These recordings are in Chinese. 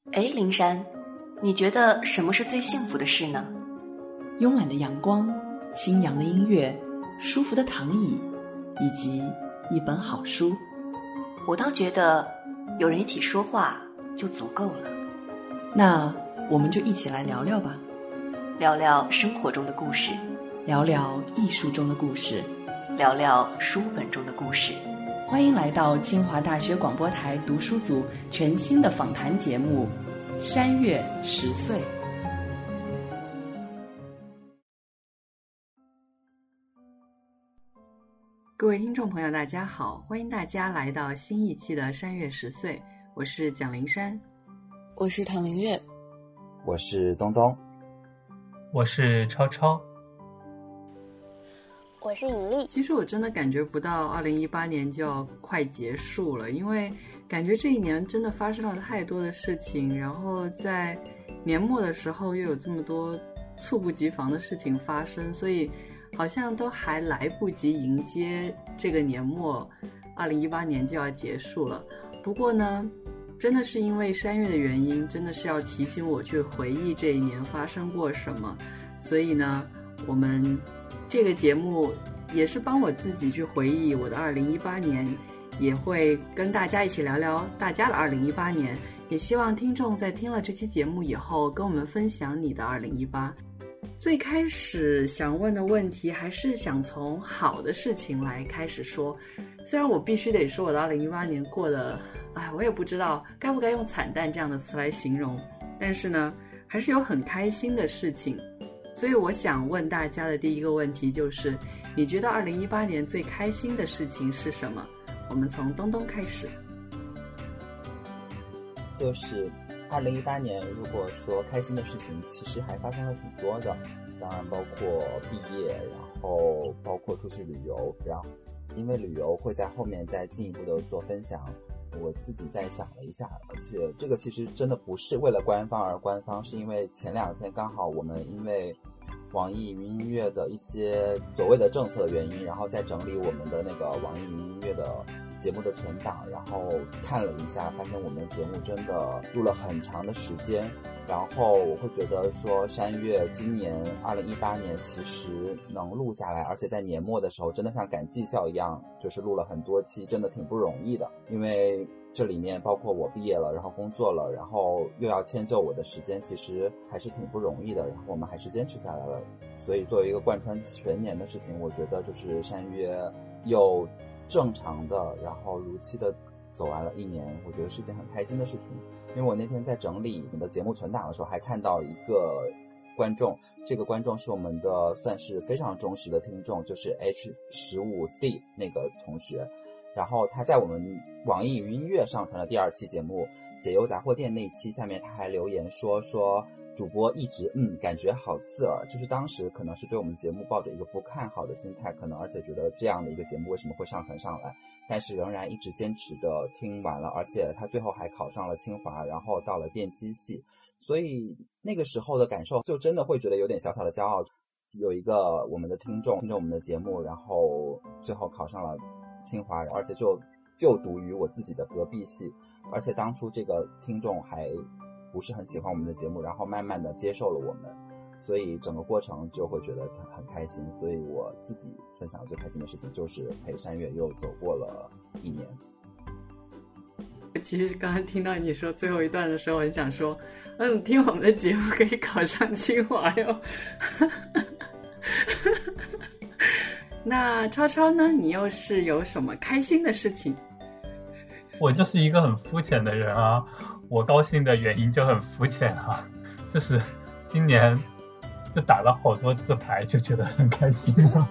哎，灵山，你觉得什么是最幸福的事呢？ 慵懒的阳光，清扬的音乐，舒服的躺椅，以及一本好书。 我倒觉得有人一起说话就足够了。 那我们就一起来聊聊吧， 聊聊生活中的故事， 聊聊艺术中的故事， 聊聊书本中的故事。 欢迎来到清华大学广播台读书组全新的访谈节目《山月10岁》。各位听众朋友大家好，欢迎大家来到新一期的《山月10岁》，我是蒋灵山， 我是唐灵月， 我是东东， 我是超超， 我是尹丽。 其实我真的感觉不到2018年就要快结束了，因为感觉这一年真的发生了太多的事情，然后在年末的时候又有这么多猝不及防的事情发生，所以好像都还来不及迎接这个年末，2018年就要结束了。不过呢，真的是因为山月的原因，真的是要提醒我去回忆这一年发生过什么，所以呢，我们这个节目也是帮我自己去回忆我的2018年，也会跟大家一起聊聊大家的2018年，也希望听众在听了这期节目以后跟我们分享你的2018。最开始想问的问题还是想从好的事情来开始说，虽然我必须得说我的2018年过得我也不知道该不该用惨淡这样的词来形容，但是呢还是有很开心的事情。所以我想问大家的第一个问题就是，你觉得2018年最开心的事情是什么？我们从东东开始。 就是2018年如果说开心的事情其实还发生了挺多的，当然包括毕业，然后包括出去旅游，然后因为旅游会在后面再进一步的做分享，我自己再想了一下，而且这个其实真的不是为了官方而官方，是因为前2天刚好我们因为网易云音乐的一些所谓的政策的原因，然后再整理我们的那个网易云音乐的节目的存档，然后看了一下，发现我们的节目真的录了很长的时间，然后我会觉得说山月今年2018年其实能录下来，而且在年末的时候真的像赶绩效一样，就是录了很多期，真的挺不容易的，因为这里面包括我毕业了，然后工作了，然后又要迁就我的时间，其实还是挺不容易的，然后我们还是坚持下来了。所以作为一个贯穿全年的事情，我觉得就是山月又正常的然后如期的走完了一年，我觉得是件很开心的事情。因为我那天在整理你的节目存档的时候还看到一个观众，这个观众是我们的算是非常忠实的听众，就是 H15C 那个同学，然后他在我们网易云音乐上传的第2期节目解忧杂货店那一期下面他还留言说主播一直感觉好刺耳，就是当时可能是对我们节目抱着一个不看好的心态，可能而且觉得这样的一个节目为什么会上传上来，但是仍然一直坚持的听完了，而且他最后还考上了清华，然后到了电机系，所以那个时候的感受就真的会觉得有点小小的骄傲，有一个我们的听众听着我们的节目，然后最后考上了清华，而且就读于我自己的隔壁系，而且当初这个听众还不是很喜欢我们的节目，然后慢慢的接受了我们，所以整个过程就会觉得很开心。所以我自己分享最开心的事情就是陪山月又走过了一年。 其实刚刚听到你说最后一段的时候，很想说听我们的节目可以考上清华哟。那超超呢，你又是有什么开心的事情？ 我就是一个很肤浅的人啊，我高兴的原因就很肤浅啊，就是今年就打了好多次牌，就觉得很开心啊。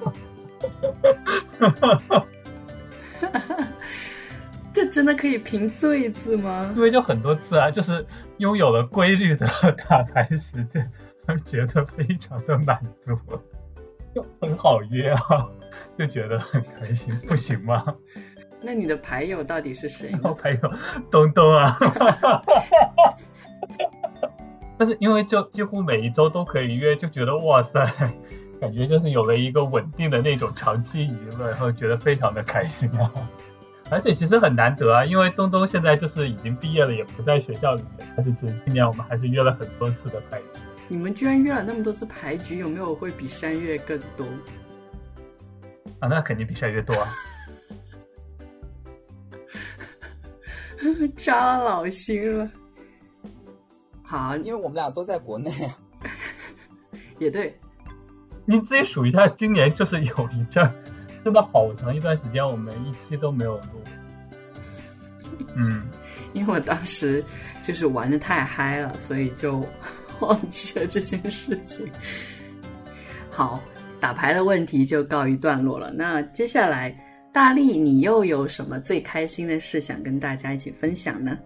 这真的可以评罪字吗？ 因为就很多次啊，就是拥有了规律的打牌时间，觉得非常的满足，就很好约啊，就觉得很开心，不行吗？ 那你的牌友到底是谁呢？ 牌友东东啊。但是因为就几乎每一周都可以约，就觉得哇塞，感觉就是有了一个稳定的那种长期娱乐，然后觉得非常的开心啊。 而且其实很难得啊，因为东东现在就是已经毕业了，也不在学校里面，但是今年我们还是约了很多次的牌局。 你们居然约了那么多次牌局，有没有会比山月更多？ 啊，那肯定比山月多啊。 扎老心了。好， 因为我们俩都在国内啊。 也对， 你自己数一下，今年就是有一阵真的好长一段时间我们一期都没有录。 因为我当时就是玩得太嗨了，所以就忘记了这件事情。好，打牌的问题就告一段落了。那接下来大力，你又有什么最开心的事想跟大家一起分享呢？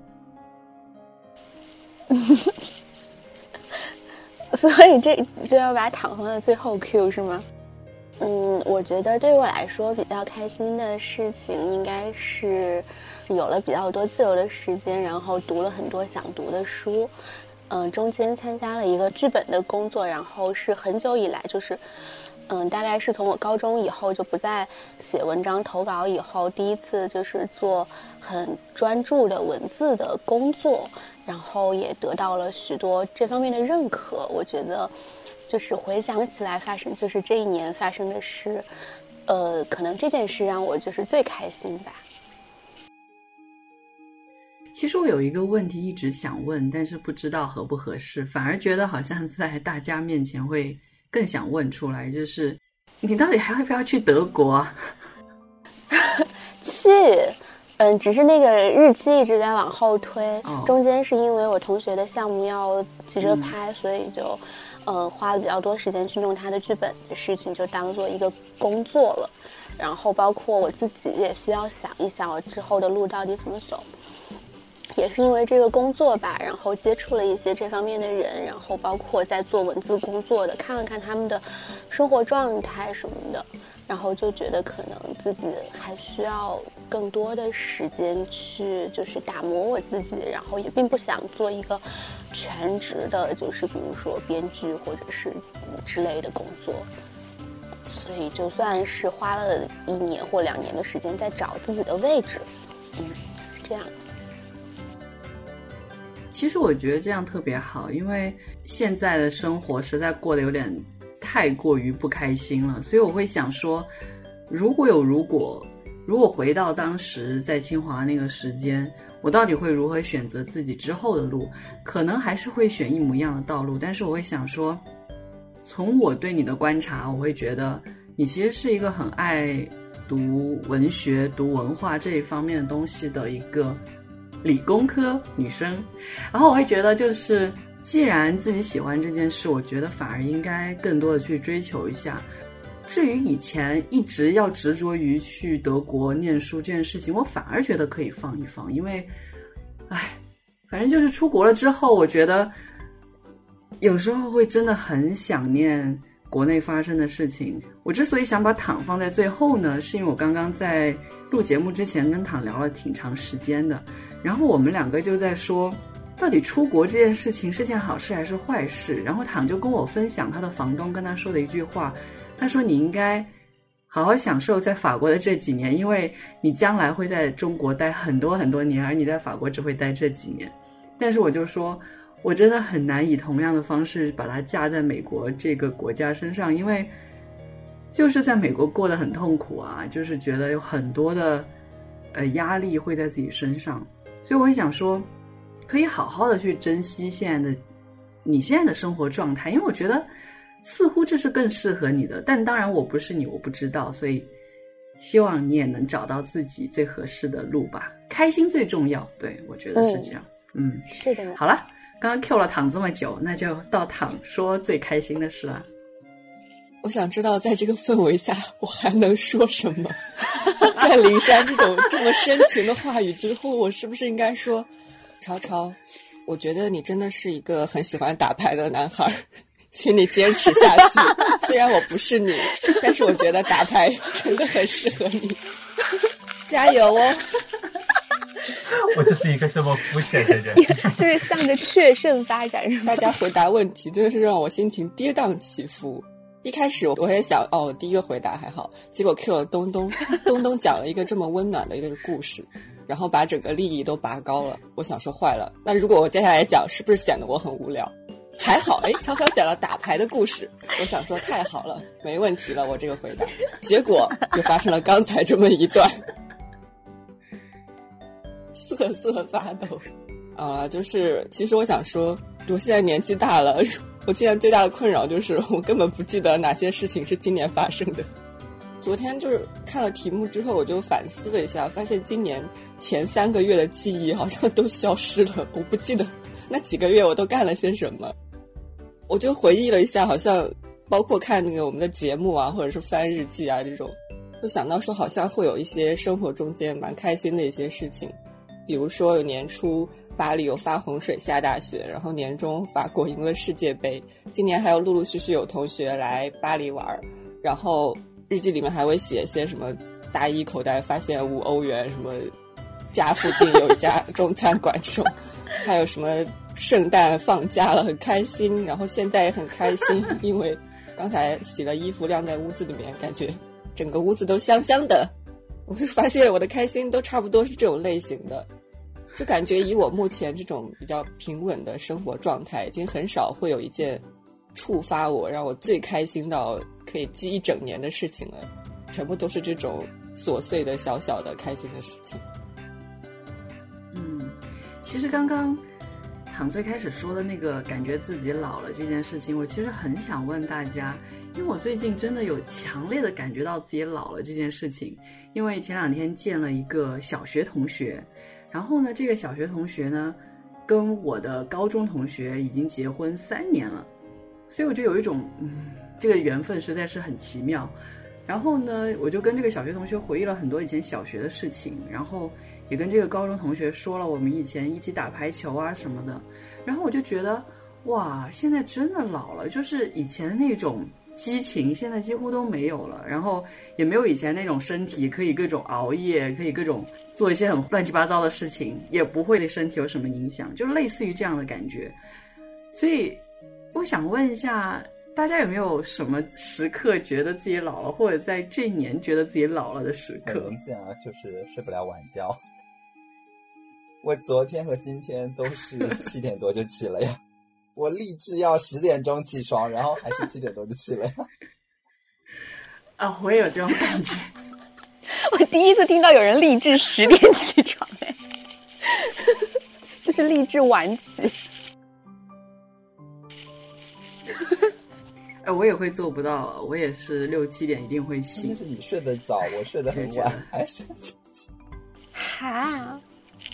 所以这就要把躺放在最后 Q 是吗？我觉得对我来说比较开心的事情应该是有了比较多自由的时间，然后读了很多想读的书。中间参加了一个剧本的工作，然后是很久以来就是大概是从我高中以后就不再写文章投稿以后，第一次就是做很专注的文字的工作，然后也得到了许多这方面的认可。我觉得就是回想起来就是这一年发生的事，可能这件事让我就是最开心吧。 其实我有一个问题一直想问，但是不知道合不合适，反而觉得好像在大家面前会更想问出来，就是你到底还会不要去德国啊？ 去，只是那个日期一直在往后推，中间是因为我同学的项目要急着拍，所以就花了比较多时间去弄他的剧本的事情，就当做一个工作了。然后包括我自己也需要想一想我之后的路到底怎么走。也是因为这个工作吧，然后接触了一些这方面的人，然后包括在做文字工作的，看了看他们的生活状态什么的，然后就觉得可能自己还需要更多的时间去就是打磨我自己，然后也并不想做一个全职的，就是比如说编剧或者是之类的工作，所以就算是花了1年或2年的时间在找自己的位置，是这样。 其实我觉得这样特别好，因为现在的生活实在过得有点太过于不开心了，所以我会想说，如果回到当时在清华那个时间，我到底会如何选择自己之后的路？可能还是会选一模一样的道路，但是我会想说，从我对你的观察，我会觉得你其实是一个很爱读文学、读文化这一方面的东西的一个理工科女生，然后我会觉得就是既然自己喜欢这件事，我觉得反而应该更多的去追求一下。至于以前一直要执着于去德国念书这件事情，我反而觉得可以放一放，因为反正就是出国了之后，我觉得有时候会真的很想念国内发生的事情。我之所以想把躺放在最后呢，是因为我刚刚在录节目之前跟躺聊了挺长时间的，然后我们两个就在说到底出国这件事情是件好事还是坏事，然后躺就跟我分享他的房东跟他说的一句话，他说你应该好好享受在法国的这几年，因为你将来会在中国待很多很多年，而你在法国只会待这几年。但是我就说我真的很难以同样的方式把它架在美国这个国家身上，因为就是在美国过得很痛苦啊，就是觉得有很多的压力会在自己身上，所以我会想说可以好好的去珍惜你现在的生活状态，因为我觉得似乎这是更适合你的，但当然我不是你，我不知道，所以希望你也能找到自己最合适的路吧，开心最重要，对，我觉得是这样。 是的。 好了，刚刚 Q 了躺这么久，那就到躺说最开心的事了。 我想知道在这个氛围下我还能说什么。在林珊这么深情的话语之后，我是不是应该说，超超，我觉得你真的是一个很喜欢打牌的男孩，请你坚持下去。虽然我不是你，但是我觉得打牌真的很适合你，加油哦。 我就是一个这么肤浅的人。 就是向着确胜发展是吗？大家回答问题真的是让我心情跌宕起伏。 一开始我也想第一个回答还好，结果 Q 了东东讲了一个这么温暖的一个故事，然后把整个利益都拔高了。我想说坏了，那如果我接下来讲是不是显得我很无聊？还好超超讲了打牌的故事，我想说太好了，没问题了我这个回答。结果就发生了刚才这么一段瑟瑟发抖就是其实我想说，我现在年纪大了，我现在最大的困扰就是我根本不记得哪些事情是今年发生的。昨天就是看了题目之后，我就反思了一下，发现今年前3个月的记忆好像都消失了，我不记得那几个月我都干了些什么。我就回忆了一下，好像包括看那个我们的节目啊，或者是翻日记啊这种，就想到说好像会有一些生活中间蛮开心的一些事情，比如说有年初巴黎有发洪水下大雪，然后年中法国赢了世界杯，今年还有陆陆续续有同学来巴黎玩，然后日记里面还会写一些什么大衣口袋发现5欧元，什么家附近有一家中餐馆这种，还有什么圣诞放假了很开心，然后现在也很开心，因为刚才洗了衣服晾在屋子里面，感觉整个屋子都香香的。我就发现我的开心都差不多是这种类型的，就感觉以我目前这种比较平稳的生活状态，已经很少会有一件触发我让我最开心到可以记一整年的事情了，全部都是这种琐碎的小小的开心的事情。 其实刚刚躺最开始说的那个感觉自己老了这件事情，我其实很想问大家，因为我最近真的有强烈的感觉到自己老了这件事情。因为前2天见了一个小学同学，然后呢这个小学同学呢跟我的高中同学已经结婚3年了，所以我就有一种这个缘分实在是很奇妙。然后呢我就跟这个小学同学回忆了很多以前小学的事情，然后也跟这个高中同学说了我们以前一起打排球啊什么的，然后我就觉得哇，现在真的老了，就是以前那种激情现在几乎都没有了，然后也没有以前那种身体可以各种熬夜，可以各种做一些很乱七八糟的事情，也不会对身体有什么影响，就类似于这样的感觉。所以我想问一下大家有没有什么时刻觉得自己老了，或者在这一年觉得自己老了的时刻？ 很明显啊，就是睡不了晚觉。我昨天和今天都是7点多就起了呀，我立志要10点钟起床，然后还是7点多就起了呀。 我也有这种感觉。 我第一次听到有人立志10点起床，就是立志晚起。 我也会做不到，我也是6、7点一定会醒。 就是你睡得早，我睡得很晚，还是哈。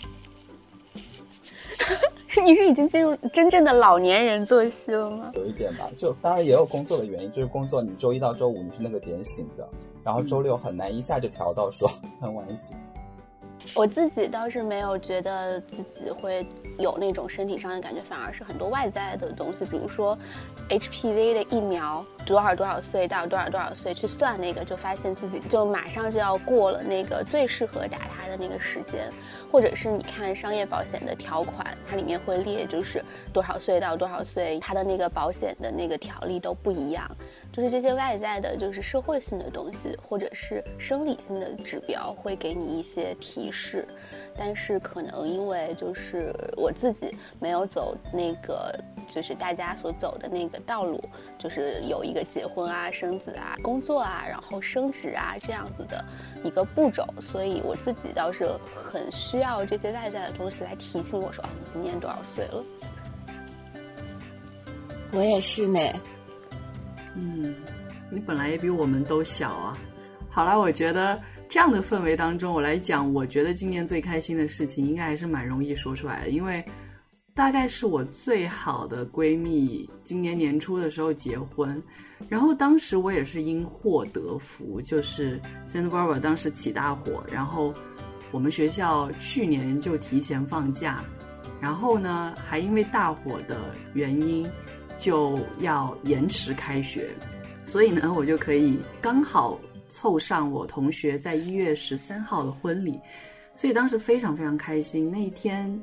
你是已经进入真正的老年人作息了吗？ 有一点吧，就当然也有工作的原因，就是工作你周1到周5你是那个点醒的，然后周6很难一下就调到说很晚醒。 我自己倒是没有觉得自己会有那种身体上的感觉，反而是很多外在的东西，比如说 HPV 的疫苗多少岁到多少岁去算那个，就发现自己就马上就要过了那个最适合打它的那个时间，或者是你看商业保险的条款，它里面会列就是多少岁到多少岁，它的那个保险的那个条例都不一样。就是这些外在的就是社会性的东西或者是生理性的指标会给你一些提示，但是可能因为就是我自己没有走那个就是大家所走的那个道路，就是有一个结婚啊生子啊工作啊然后升职啊这样子的一个步骤，所以我自己倒是很需要这些外在的东西来提醒我说你今年多少岁了。 我也是呢。 你本来也比我们都小啊。好了，我觉得这样的氛围当中我来讲，我觉得今年最开心的事情应该还是蛮容易说出来的，因为大概是我最好的闺蜜今年年初的时候结婚，然后当时我也是因祸得福，就是 Santa Barbara 当时起大火，然后我们学校去年就提前放假，然后呢还因为大火的原因就要延迟开学，所以呢我就可以刚好凑上我同学在1月13号的婚礼，所以当时非常非常开心，那一天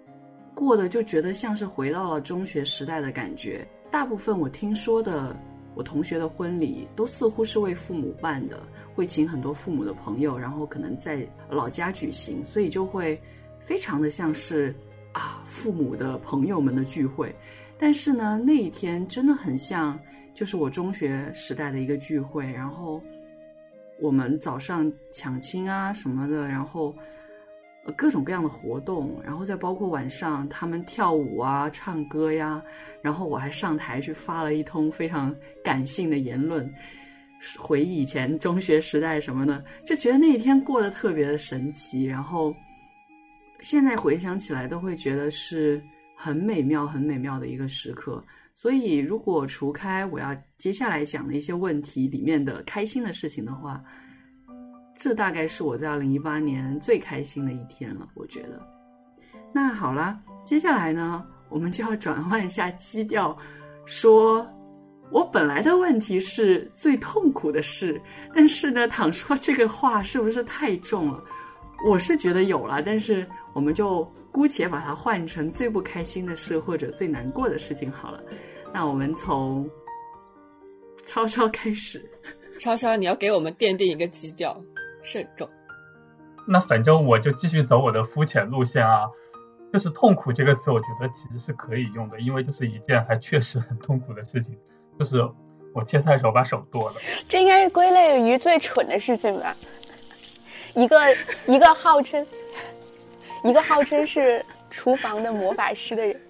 过得就觉得像是回到了中学时代的感觉。大部分我听说的我同学的婚礼都似乎是为父母办的，会请很多父母的朋友，然后可能在老家举行，所以就会非常的像是父母的朋友们的聚会。但是呢，那一天真的很像就是我中学时代的一个聚会，然后我们早上抢亲啊什么的，然后各种各样的活动，然后再包括晚上他们跳舞啊唱歌呀，然后我还上台去发了一通非常感性的言论，回忆以前中学时代什么的，就觉得那一天过得特别的神奇，然后现在回想起来都会觉得是很美妙很美妙的一个时刻。所以如果除开我要接下来讲的一些问题里面的开心的事情的话，这大概是我在2018年最开心的一天了，我觉得。那好啦，接下来呢，我们就要转换一下基调，说我本来的问题是最痛苦的事，但是呢，倘说这个话是不是太重了？我是觉得有啦，但是我们就姑且把它换成最不开心的事或者最难过的事情好了。那我们从超超开始。 超超，你要给我们奠定一个基调，慎重。 那反正我就继续走我的肤浅路线啊，就是痛苦这个词我觉得其实是可以用的，因为就是一件还确实很痛苦的事情，就是我切菜的时候把手剁了。 这应该是归类于最蠢的事情吧。一个号称是厨房的魔法师的人。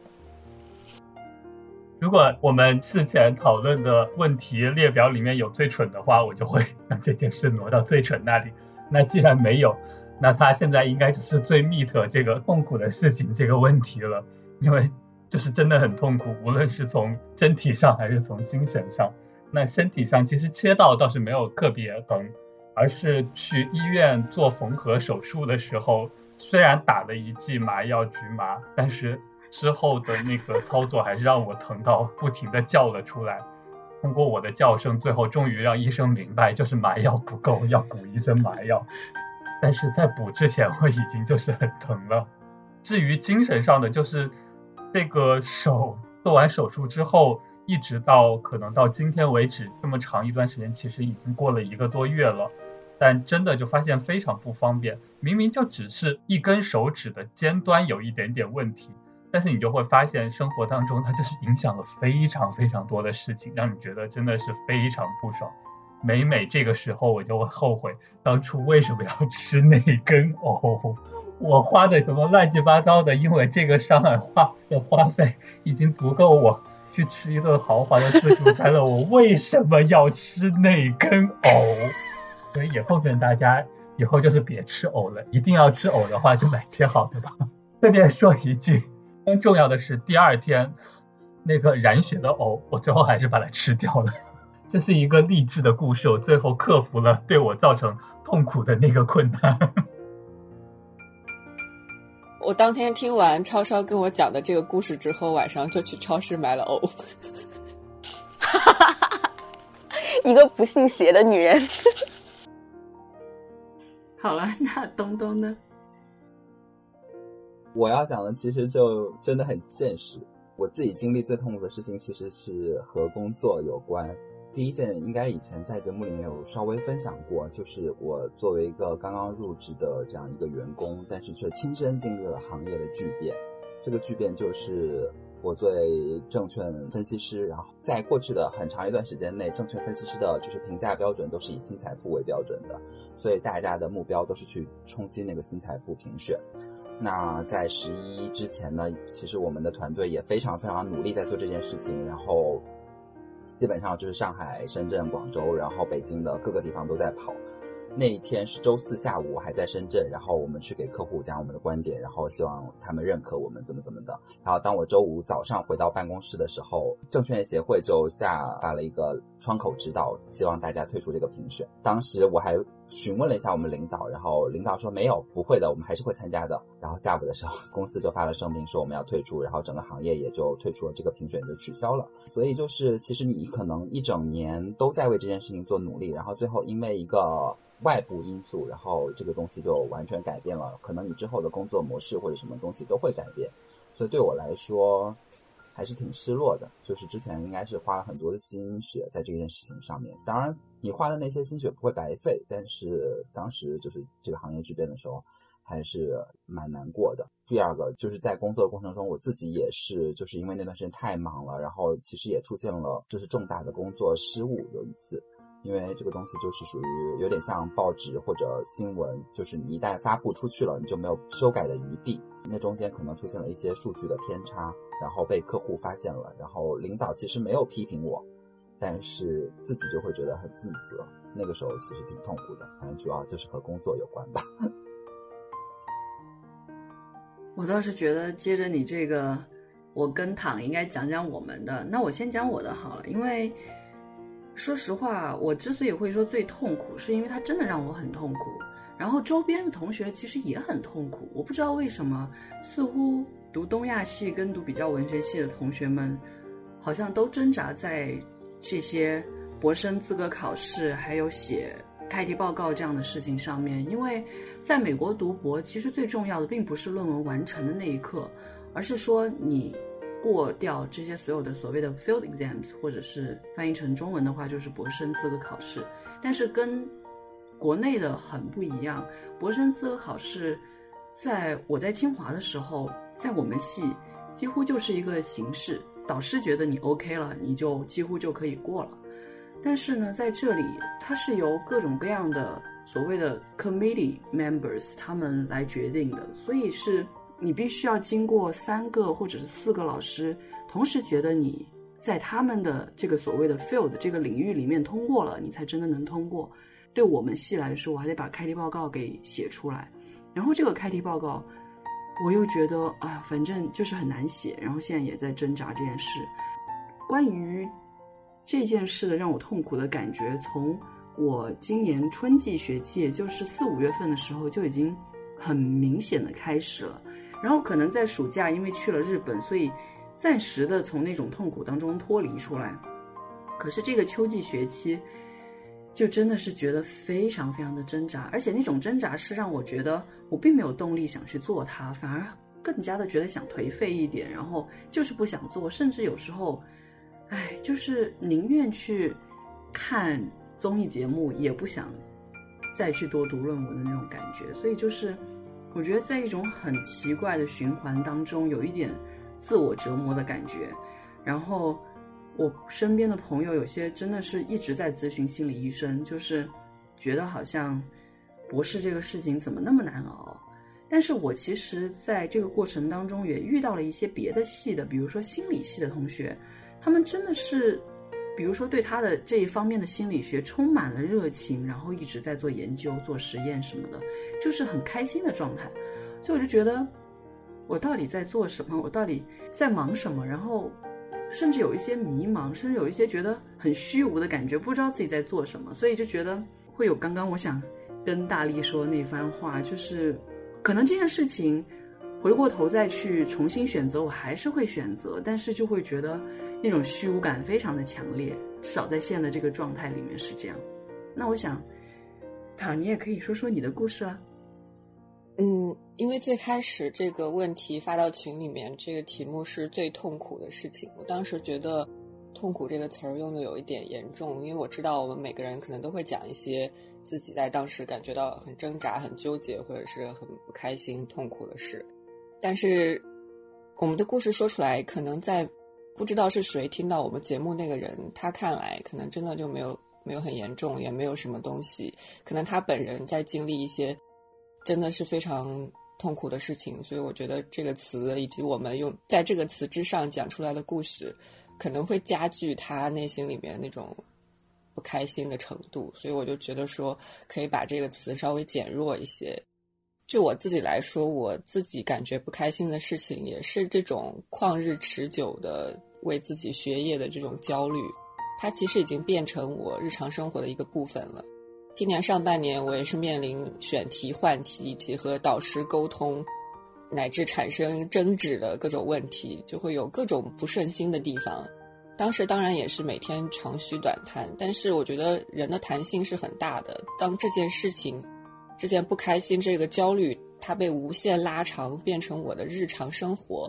如果我们事前讨论的问题列表里面有最蠢的话，我就会将这件事挪到最蠢那里。那既然没有，那他现在应该只是最 meet 这个痛苦的事情这个问题了，因为就是真的很痛苦，无论是从身体上还是从精神上。那身体上其实切到倒是没有特别疼，而是去医院做缝合手术的时候，虽然打了一剂麻药局麻，但是之后的那个操作还是让我疼到不停地叫了出来。通过我的叫声，最后终于让医生明白，就是麻药不够，要补一针麻药。但是在补之前，我已经就是很疼了。至于精神上的，就是这个手做完手术之后，一直到可能到今天为止，这么长一段时间，其实已经过了1个多月了。但真的就发现非常不方便，明明就只是一根手指的尖端有一点点问题，但是你就会发现生活当中它就是影响了非常非常多的事情，让你觉得真的是非常不爽。每这个时候我就会后悔当初为什么要吃那根藕，我花的什么乱七八糟的，因为这个伤害花费已经足够我去吃一顿豪华的自助餐了，我为什么要吃那根藕？所以也奉劝大家以后就是别吃藕了，一定要吃藕的话就买切好的吧。顺便说一句，更重要的是第二天那个染血的藕，我最后还是把它吃掉了。这是一个励志的故事，我最后克服了对我造成痛苦的那个困难。 我当天听完超超跟我讲的这个故事之后，晚上就去超市买了藕。 一个不信邪的女人。 好了，那东东呢？ 我要讲的其实就真的很现实。我自己经历最痛苦的事情其实是和工作有关。第一件应该以前在节目里面有稍微分享过，就是我作为一个刚刚入职的这样一个员工，但是却亲身经历了行业的巨变。这个巨变就是我作为证券分析师，然后在过去的很长一段时间内，证券分析师的就是评价标准都是以新财富为标准的，所以大家的目标都是去冲击那个新财富评选。那在11之前呢，其实我们的团队也非常非常努力在做这件事情，然后基本上就是上海、深圳、广州，然后北京的各个地方都在跑。那一天是周4下午，我还在深圳，然后我们去给客户讲我们的观点，然后希望他们认可我们怎么的。然后当我周5早上回到办公室的时候，证券协会就下发了一个窗口指导，希望大家退出这个评选。当时我还询问了一下我们领导，然后领导说没有，不会的，我们还是会参加的。然后下午的时候，公司就发了声明说我们要退出，然后整个行业也就退出了，这个评选就取消了。所以就是其实你可能一整年都在为这件事情做努力，然后最后因为一个外部因素，然后这个东西就完全改变了，可能你之后的工作模式或者什么东西都会改变。所以对我来说还是挺失落的，就是之前应该是花了很多的心血在这件事情上面，当然你花的那些心血不会白费，但是当时就是这个行业巨变的时候还是蛮难过的。第二个就是在工作的过程中，我自己也是就是因为那段时间太忙了，然后其实也出现了就是重大的工作失误。有一次因为这个东西就是属于有点像报纸或者新闻，就是你一旦发布出去了，你就没有修改的余地，那中间可能出现了一些数据的偏差，然后被客户发现了，然后领导其实没有批评我，但是自己就会觉得很自责，那个时候其实挺痛苦的，反正主要就是和工作有关吧。 我倒是觉得接着你这个我跟躺应该讲讲我们的，那我先讲我的好了。因为说实话，我之所以会说最痛苦，是因为它真的让我很痛苦，然后周边的同学其实也很痛苦。我不知道为什么，似乎读东亚系跟读比较文学系的同学们好像都挣扎在这些博生资格考试还有写开题报告这样的事情上面。因为在美国读博，其实最重要的并不是论文完成的那一刻，而是说你过掉这些所有的所谓的 field exams， 或者是翻译成中文的话就是博生资格考试。但是跟国内的很不一样，博生资格考试在我在清华的时候，在我们系几乎就是一个形式，导师觉得你 OK 了，你就几乎就可以过了。但是呢，在这里它是由各种各样的所谓的 committee members 他们来决定的，所以是你必须要经过3个或者是4个老师同时觉得你在他们的这个所谓的 field 这个领域里面通过了，你才真的能通过。对我们系来说，我还得把开题报告给写出来，然后这个开题报告我又觉得反正就是很难写，然后现在也在挣扎这件事。关于这件事的让我痛苦的感觉，从我今年春季学期，也就是4、5月份的时候就已经很明显的开始了。然后可能在暑假因为去了日本，所以暂时的从那种痛苦当中脱离出来。可是这个秋季学期就真的是觉得非常非常的挣扎，而且那种挣扎是让我觉得我并没有动力想去做它，反而更加的觉得想颓废一点，然后就是不想做，甚至有时候就是宁愿去看综艺节目也不想再去多读论文的那种感觉。所以就是我觉得在一种很奇怪的循环当中，有一点自我折磨的感觉。然后我身边的朋友有些真的是一直在咨询心理医生，就是觉得好像博士这个事情怎么那么难熬。但是我其实在这个过程当中也遇到了一些别的系的，比如说心理系的同学，他们真的是比如说对他的这一方面的心理学充满了热情，然后一直在做研究做实验什么的，就是很开心的状态。所以我就觉得我到底在做什么，我到底在忙什么，然后甚至有一些迷茫，甚至有一些觉得很虚无的感觉，不知道自己在做什么。所以就觉得会有刚刚我想跟大力说那番话，就是可能这件事情回过头再去重新选择，我还是会选择，但是就会觉得那种虚无感非常的强烈，至少在现在的这个状态里面是这样。那我想你也可以说说你的故事了。 因为最开始这个问题发到群里面，这个题目是最痛苦的事情，我当时觉得痛苦这个词儿用的有一点严重，因为我知道我们每个人可能都会讲一些自己在当时感觉到很挣扎很纠结或者是很不开心痛苦的事，但是我们的故事说出来，可能在不知道是谁听到我们节目那个人，他看来可能真的就没有很严重，也没有什么东西，可能他本人在经历一些真的是非常痛苦的事情。所以我觉得这个词以及我们用在这个词之上讲出来的故事，可能会加剧他内心里面那种不开心的程度，所以我就觉得说可以把这个词稍微减弱一些。就我自己来说，我自己感觉不开心的事情也是这种旷日持久的为自己学业的这种焦虑，它其实已经变成我日常生活的一个部分了。今年上半年我也是面临选题换题以及和导师沟通乃至产生争执的各种问题，就会有各种不顺心的地方。当时当然也是每天长吁短叹，但是我觉得人的弹性是很大的，当这件事情这件不开心这个焦虑它被无限拉长变成我的日常生活，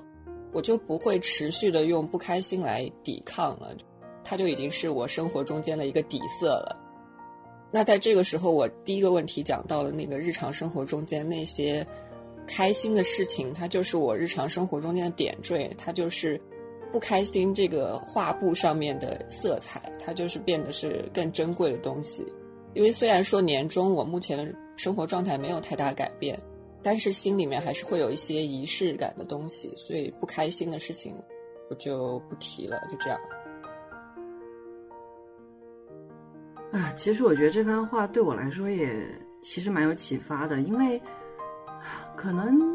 我就不会持续的用不开心来抵抗了，它就已经是我生活中间的一个底色了。那在这个时候，我第一个问题讲到了那个日常生活中间那些开心的事情，它就是我日常生活中间的点缀，它就是不开心这个画布上面的色彩，它就是变得是更珍贵的东西。因为虽然说年终我目前的生活状态没有太大改变，但是心里面还是会有一些仪式感的东西，所以不开心的事情我就不提了，就这样。 其实我觉得这番话对我来说也其实蛮有启发的，因为可能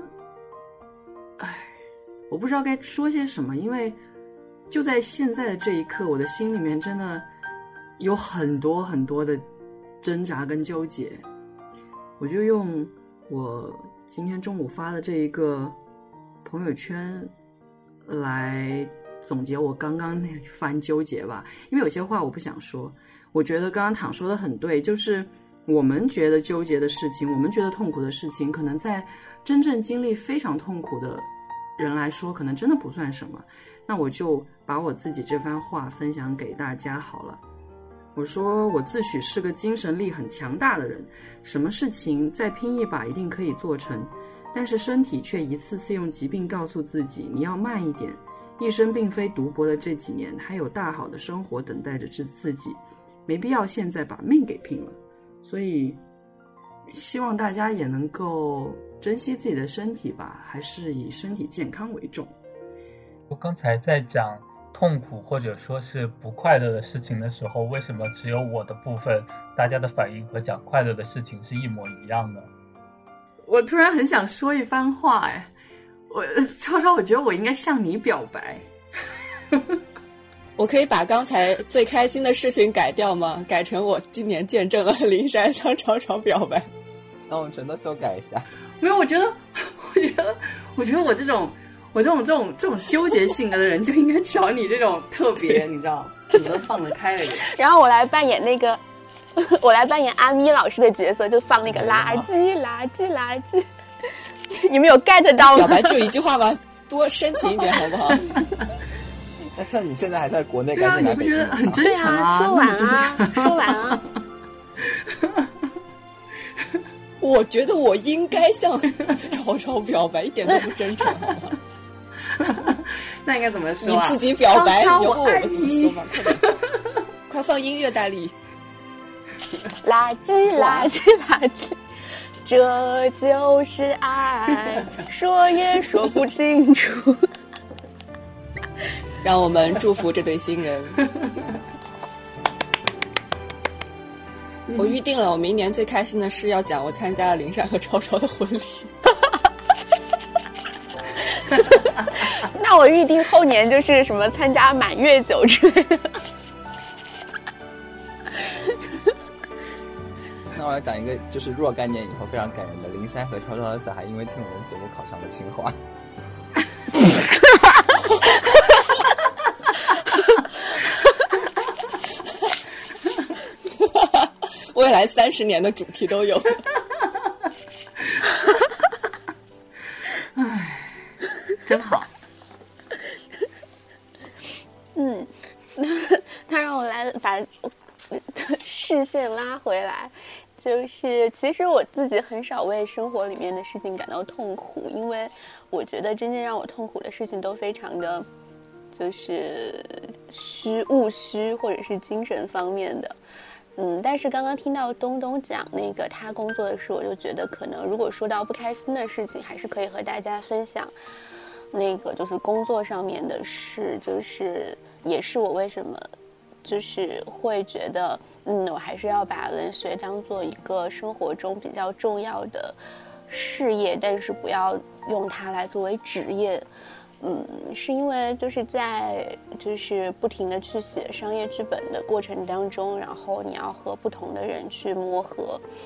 我不知道该说些什么，因为就在现在的这一刻，我的心里面真的有很多很多的挣扎跟纠结。我就用我今天中午发的这一个朋友圈来总结我刚刚那番纠结吧，因为有些话我不想说。我觉得刚刚躺说的很对，就是我们觉得纠结的事情，我们觉得痛苦的事情，可能在真正经历非常痛苦的人来说，可能真的不算什么。那我就把我自己这番话分享给大家好了。我说我自诩是个精神力很强大的人，什么事情再拼一把一定可以做成，但是身体却一次次用疾病告诉自己你要慢一点，一生并非独薄的这几年，还有大好的生活等待着自己，没必要现在把命给拼了。所以希望大家也能够珍惜自己的身体吧，还是以身体健康为重。 我刚才在讲痛苦或者说是不快乐的事情的时候，为什么只有我的部分大家的反应和讲快乐的事情是一模一样的？ 我突然很想说一番话，超超，我觉得我应该向你表白。 我可以把刚才最开心的事情改掉吗？改成我今年见证了林珊向超超表白。 那我们全都修改一下。 没有，我觉得我这种纠结性格的人就应该找你这种特别，你知道，什么都放得开的人。 然后我来扮演那个，我来扮演阿咪老师的角色，就放那个垃圾垃圾垃圾。你们有 get 到吗？ 表白就一句话吗？多深情一点好不好？ 那趁你现在还在国内，赶紧来北京。 很真诚啊！ 说完啊，说完啊。 我觉得我应该向超超表白，一点都不真诚，好吗？ 那应该怎么说啊？ 你自己表白， 超超你问我怎么说吧？快放音乐，大力。 垃圾垃圾垃圾，这就是爱，说也说不清楚。 让我们祝福这对新人。我预定了，我明年最开心的事要讲我参加了林珊和超超的婚礼。 那我预定后年就是什么参加满月酒之类的。 那我要讲一个就是若干年以后非常感人的，林珊和超超的小孩因为听我们节目考上了清华。 未来30年的主题都有。 唉，真好。 那让我来把视线拉回来，就是其实我自己很少为生活里面的事情感到痛苦，因为我觉得真正让我痛苦的事情都非常的就是务虚或者是精神方面的。但是刚刚听到东东讲那个他工作的事，我就觉得可能如果说到不开心的事情，还是可以和大家分享那个就是工作上面的事，就是也是我为什么就是会觉得我还是要把文学当做一个生活中比较重要的事业，但是不要用它来作为职业。是因为就是在就是不停的去写商业剧本的过程当中，然后你要和不同的人去磨合，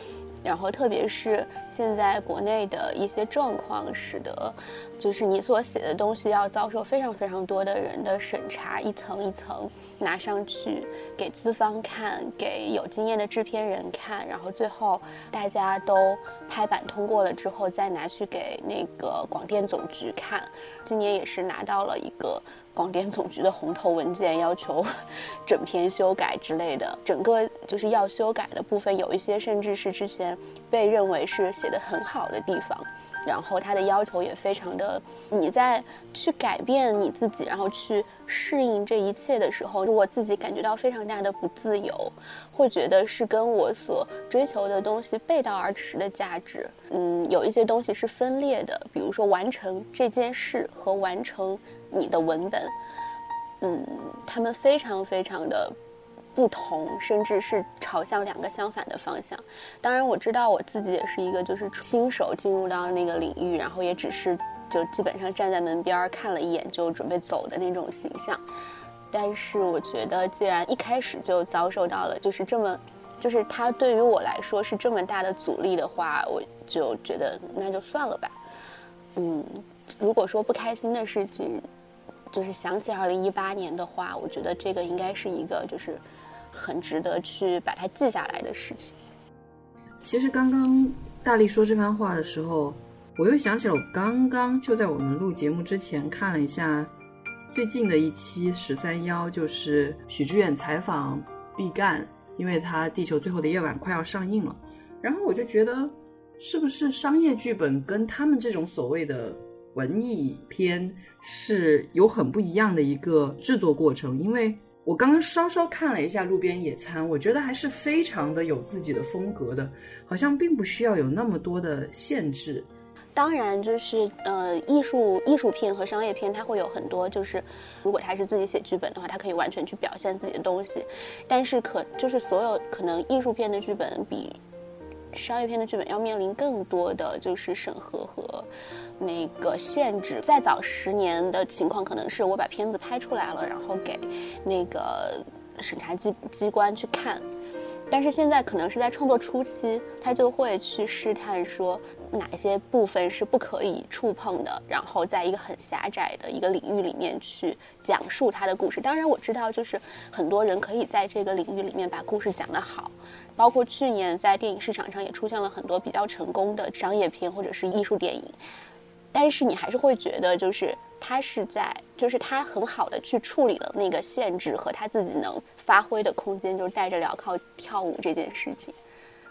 然后特别是现在国内的一些状况，使得就是你所写的东西要遭受非常非常多的人的审查，一层一层拿上去给资方看，给有经验的制片人看，然后最后大家都拍板通过了之后再拿去给那个广电总局看。今年也是拿到了一个广电总局的红头文件，要求整篇修改之类的。整个就是要修改的部分，有一些甚至是之前被认为是写得很好的地方，然后他的要求也非常的，你在去改变你自己，然后去适应这一切的时候，我自己感觉到非常大的不自由，会觉得是跟我所追求的东西背道而驰的价值。有一些东西是分裂的，比如说完成这件事和完成你的文本，他们非常非常的不同，甚至是朝向两个相反的方向。当然我知道我自己也是一个就是新手进入到那个领域，然后也只是就基本上站在门边看了一眼就准备走的那种形象。但是我觉得既然一开始就遭受到了就是这么，就是它对于我来说是这么大的阻力的话，我就觉得那就算了吧。如果说不开心的事情，就是想起2018年的话，我觉得这个应该是一个就是很值得去把它记下来的事情。 其实刚刚大力说这番话的时候，我又想起了我刚刚就在我们录节目之前看了一下最近的一期13-1，就是许知远采访毕赣，因为他《地球最后的夜晚》快要上映了，然后我就觉得是不是商业剧本跟他们这种所谓的文艺片是有很不一样的一个制作过程。因为我刚刚稍稍看了一下路边野餐，我觉得还是非常的有自己的风格的，好像并不需要有那么多的限制。 当然就是艺术片和商业片它会有很多，就是如果他是自己写剧本的话，他可以完全去表现自己的东西，但是就是所有可能艺术片的剧本比商业片的剧本要面临更多的就是审核和那个限制。再早10年的情况可能是我把片子拍出来了，然后给那个审查机关去看，但是现在可能是在创作初期，他就会去试探说哪些部分是不可以触碰的，然后在一个很狭窄的一个领域里面去讲述他的故事。当然我知道就是很多人可以在这个领域里面把故事讲得好，包括去年在电影市场上也出现了很多比较成功的商业片或者是艺术电影，但是你还是会觉得就是他是在就是他很好的去处理了那个限制和他自己能发挥的空间，就是戴着镣铐跳舞这件事情。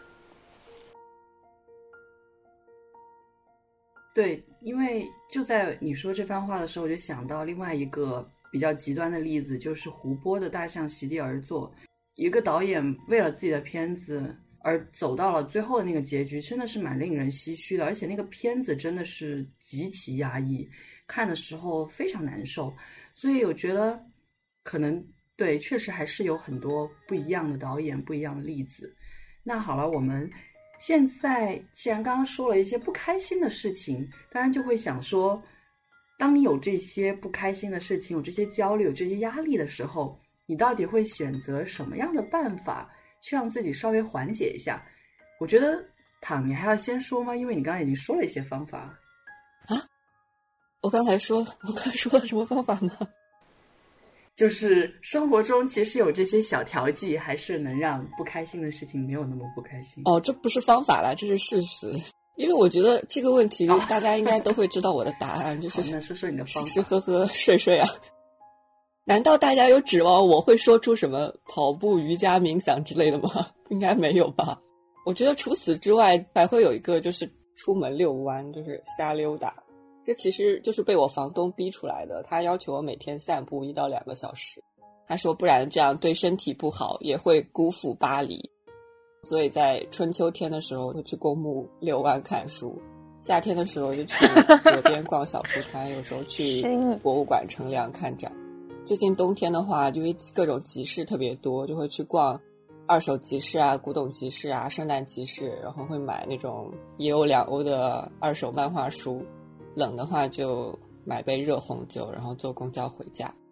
对，因为就在你说这番话的时候，我就想到另外一个比较极端的例子，就是胡波的《大象席地而坐》。一个导演为了自己的片子而走到了最后的那个结局，真的是蛮令人唏嘘的，而且那个片子真的是极其压抑，看的时候非常难受。所以我觉得可能对，确实还是有很多不一样的导演，不一样的例子。那好了，我们现在既然刚刚说了一些不开心的事情，当然就会想说，当你有这些不开心的事情，有这些焦虑，有这些压力的时候，你到底会选择什么样的办法去让自己稍微缓解一下？我觉得唐，你还要先说吗？因为你刚才已经说了一些方法啊。我刚说了什么方法吗？ 就是生活中其实有这些小调剂，还是能让不开心的事情没有那么不开心。 哦，这不是方法啦，这是事实。因为我觉得这个问题大家应该都会知道我的答案，就是那说说你的方法。 吃吃喝喝睡睡啊。难道大家有指望我会说出什么跑步、瑜伽、冥想之类的吗？应该没有吧。我觉得除此之外还会有一个，就是出门遛弯，就是瞎溜达。这其实就是被我房东逼出来的，他要求我每天散步1到2个小时，他说不然这样对身体不好，也会辜负巴黎。所以在春秋天的时候就去公墓遛弯看书，夏天的时候就去河边逛小书摊，有时候去博物馆乘凉看展。最近冬天的话，因为各种集市特别多，就会去逛二手集市啊、古董集市啊、圣诞集市，然后会买那种1欧2欧的二手漫画书。冷的话就买杯热红酒，然后坐公交回家。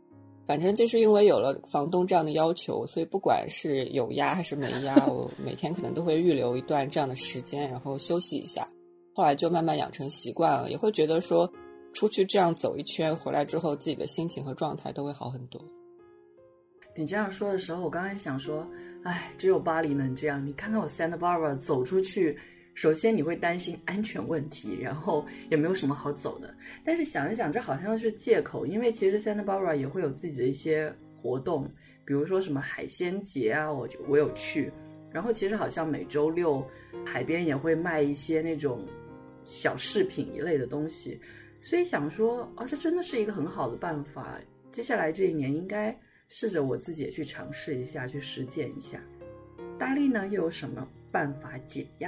反正就是因为有了房东这样的要求，所以不管是有压还是没压，我每天可能都会预留一段这样的时间，然后休息一下。后来就慢慢养成习惯了，也会觉得说出去这样走一圈回来之后，自己的心情和状态都会好很多。 你这样说的时候，我刚才想说，哎，只有巴黎能这样。你看看我 Santa Barbara 走出去，首先你会担心安全问题，然后也没有什么好走的。但是想一想，这好像是借口，因为其实 Santa Barbara 也会有自己的一些活动，比如说什么海鲜节啊，我有去。然后其实好像每周六海边也会卖一些那种小饰品一类的东西，所以想说，这真的是一个很好的办法。接下来这一年应该试着我自己也去尝试一下，去实践一下。大力呢，又有什么办法解压？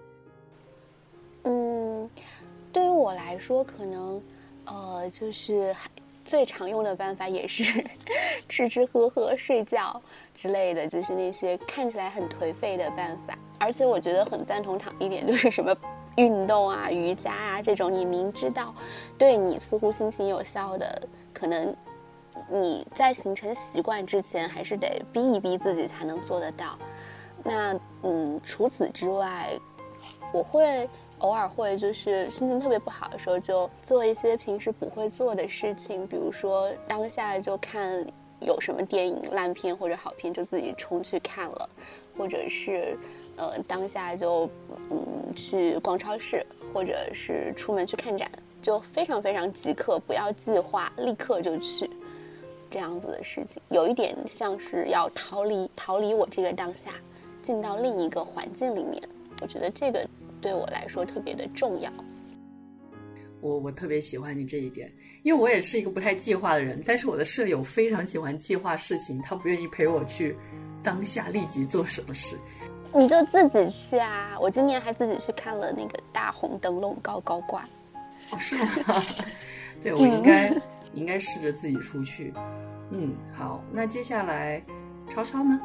对于我来说，可能就是最常用的办法也是吃吃喝喝睡觉之类的，就是那些看起来很颓废的办法。而且我觉得很赞同一点，就是什么运动啊、瑜伽啊这种，你明知道对你似乎心情有效的，可能你在形成习惯之前还是得逼一逼自己才能做得到。那除此之外，我会偶尔会就是心情特别不好的时候，就做一些平时不会做的事情，比如说当下就看有什么电影烂片或者好片就自己冲去看了，或者是当下就去逛超市，或者是出门去看展，就非常非常即刻，不要计划，立刻就去，这样子的事情，有一点像是要逃离我这个当下，进到另一个环境里面。我觉得这个对我来说特别的重要。 我特别喜欢你这一点，因为我也是一个不太计划的人，但是我的舍友非常喜欢计划事情，他不愿意陪我去当下立即做什么事。 你就自己去啊！我今年还自己去看了那个大红灯笼高高挂。 是吗？对，我应该试着自己出去。好，那接下来超超呢？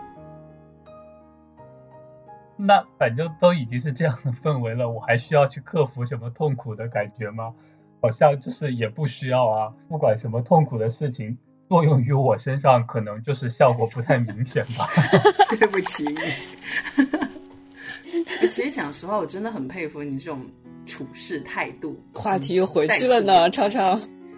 那反正都已经是这样的氛围了，我还需要去克服什么痛苦的感觉吗？好像就是也不需要啊。不管什么痛苦的事情作用于我身上，可能就是效果不太明显吧。 对不起你。其实讲实话，我真的很佩服你这种处事态度。 话题又回去了呢，超超。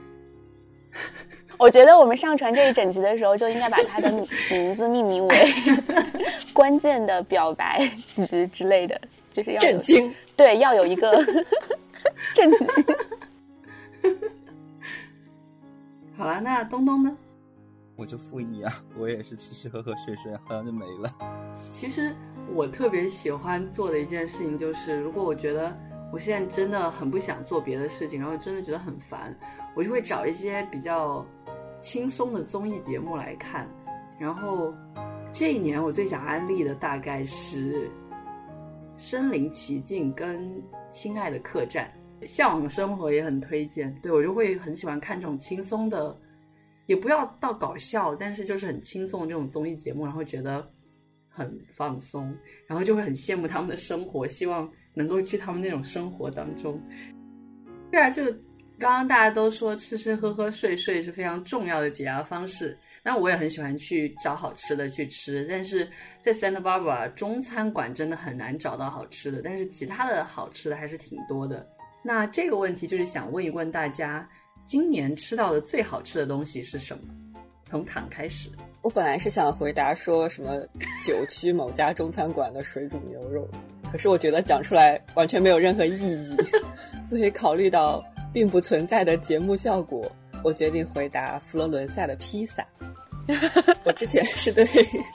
我觉得我们上传这一整集的时候，就应该把他的名字命名为关键的表白局之类的，就是要震惊。 对，要有一个震惊。 好了，那东东呢？ 我就负一啊，我也是吃吃喝喝睡睡，好像就没了。 其实我特别喜欢做的一件事情就是，如果我觉得我现在真的很不想做别的事情，然后真的觉得很烦，我就会找一些比较轻松的综艺节目来看。然后这一年我最想安利的大概是《身临其境》跟《亲爱的客栈》，向往生活也很推荐。对，我就会很喜欢看这种轻松的，也不要到搞笑，但是就是很轻松的这种综艺节目，然后觉得很放松，然后就会很羡慕他们的生活，希望能够去他们那种生活当中。对啊，就刚刚大家都说吃吃喝喝睡睡是非常重要的解压方式，那我也很喜欢去找好吃的去吃，但是在 Santa Barbara 中餐馆真的很难找到好吃的，但是其他的好吃的还是挺多的。那这个问题就是想问一问大家，今年吃到的最好吃的东西是什么？从躺开始。 我本来是想回答说什么9区某家中餐馆的水煮牛肉，可是我觉得讲出来完全没有任何意义，所以考虑到并不存在的节目效果，我决定回答佛罗伦萨的披萨。我之前是对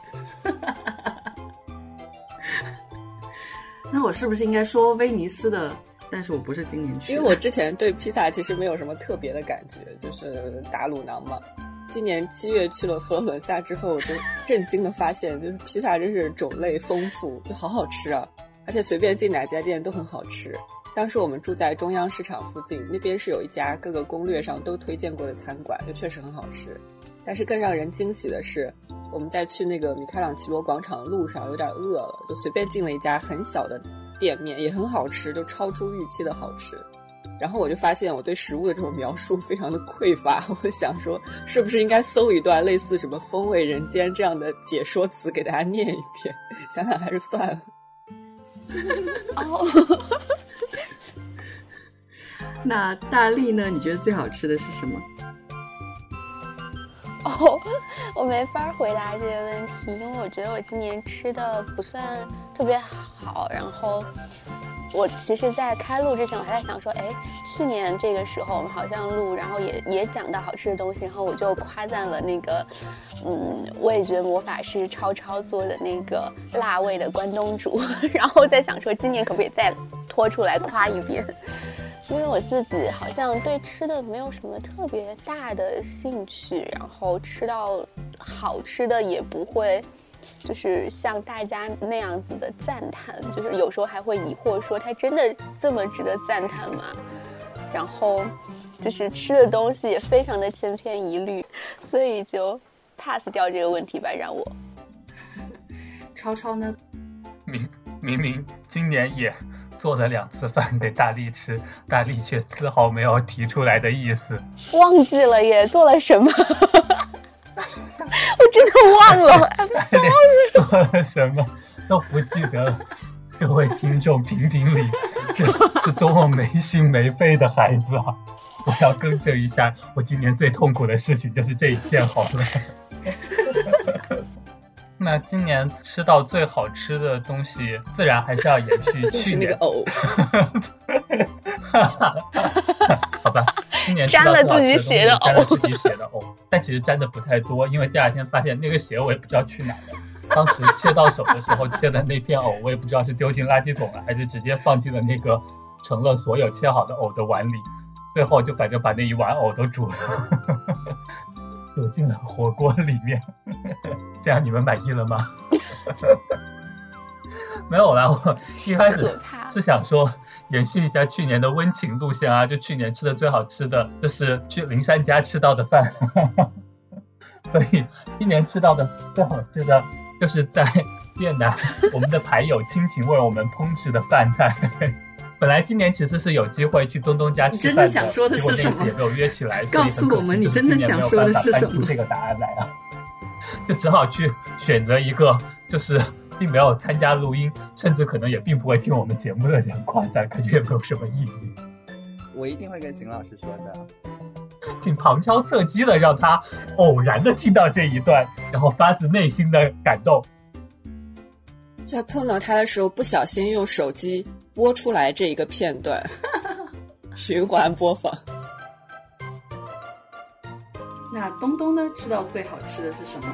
那我是不是应该说威尼斯的？但是我不是今年去的， 因为我之前对披萨其实没有什么特别的感觉，就是打鲁囊嘛。今年7月去了佛罗伦萨之后，我就震惊的发现，就是披萨真是种类丰富，就好好吃啊！而且随便进哪家店都很好吃。当时我们住在中央市场附近，那边是有一家各个攻略上都推荐过的餐馆，就确实很好吃。但是更让人惊喜的是，我们在去那个米开朗基罗广场的路上有点饿了，就随便进了一家很小的店面，也很好吃，就超出预期的好吃。 然后我就发现我对食物的这种描述非常的匮乏，我想说是不是应该搜一段类似什么风味人间这样的解说词给大家念一遍，想想还是算了。 那大力呢，你觉得最好吃的是什么？ 我没法回答这个问题，因为我觉得我今年吃的不算特别好。然后我其实在开录之前我还在想说，去年这个时候我们好像录，然后也讲到好吃的东西，然后我就夸赞了那个味觉魔法师超做的那个辣味的关东煮，然后在想说今年可不可以再拖出来夸一遍。因为我自己好像对吃的没有什么特别大的兴趣，然后吃到好吃的也不会就是像大家那样子的赞叹，就是有时候还会疑惑说它真的这么值得赞叹吗？然后就是吃的东西也非常的千篇一律，所以就 pass 掉这个问题吧，让我。 超呢？ 明明今年也做了2次饭给大力吃，大力却丝毫没有提出来的意思。 忘记了耶，做了什么？我真的忘了。 做了什么都不记得了。各位听众评评理，这是多么没心没肺的孩子啊！我要更正一下，我今年最痛苦的事情就是这一件好了。那今年吃到最好吃的东西，自然还是要延续去年。 就是那个藕。 好吧，今年沾了自己写的藕，但其实沾的不太多，因为第2天发现那个血我也不知道去哪了。当时切到手的时候切的那片藕，我也不知道是丢进垃圾桶了，还是直接放进了那个盛了所有切好的藕的碗里。最后就反正把那一碗藕都煮了。丢进了火锅里面。这样你们满意了吗？没有啦，我一开始是想说延续一下去年的温情路线啊，就去年吃的最好吃的就是去灵山家吃到的饭。所以今年吃到的最好吃的就是在越南我们的牌友亲情为我们烹制的饭菜。本来今年其实是有机会去东东家吃饭的， 你真的想说的是什么？ 也没有约起来， 告诉我们你真的想说的是什么？ 出这个答案来啊，就只好去选择一个就是并没有参加录音，甚至可能也并不会听我们节目的人夸赞，感觉也没有什么意义。 我一定会跟邢老师说的。 请旁敲侧击的让他偶然的听到这一段，然后发自内心的感动。 在碰到他的时候不小心用手机播出来这一个片段，循环播放。 那东东呢？吃到最好吃的是什么？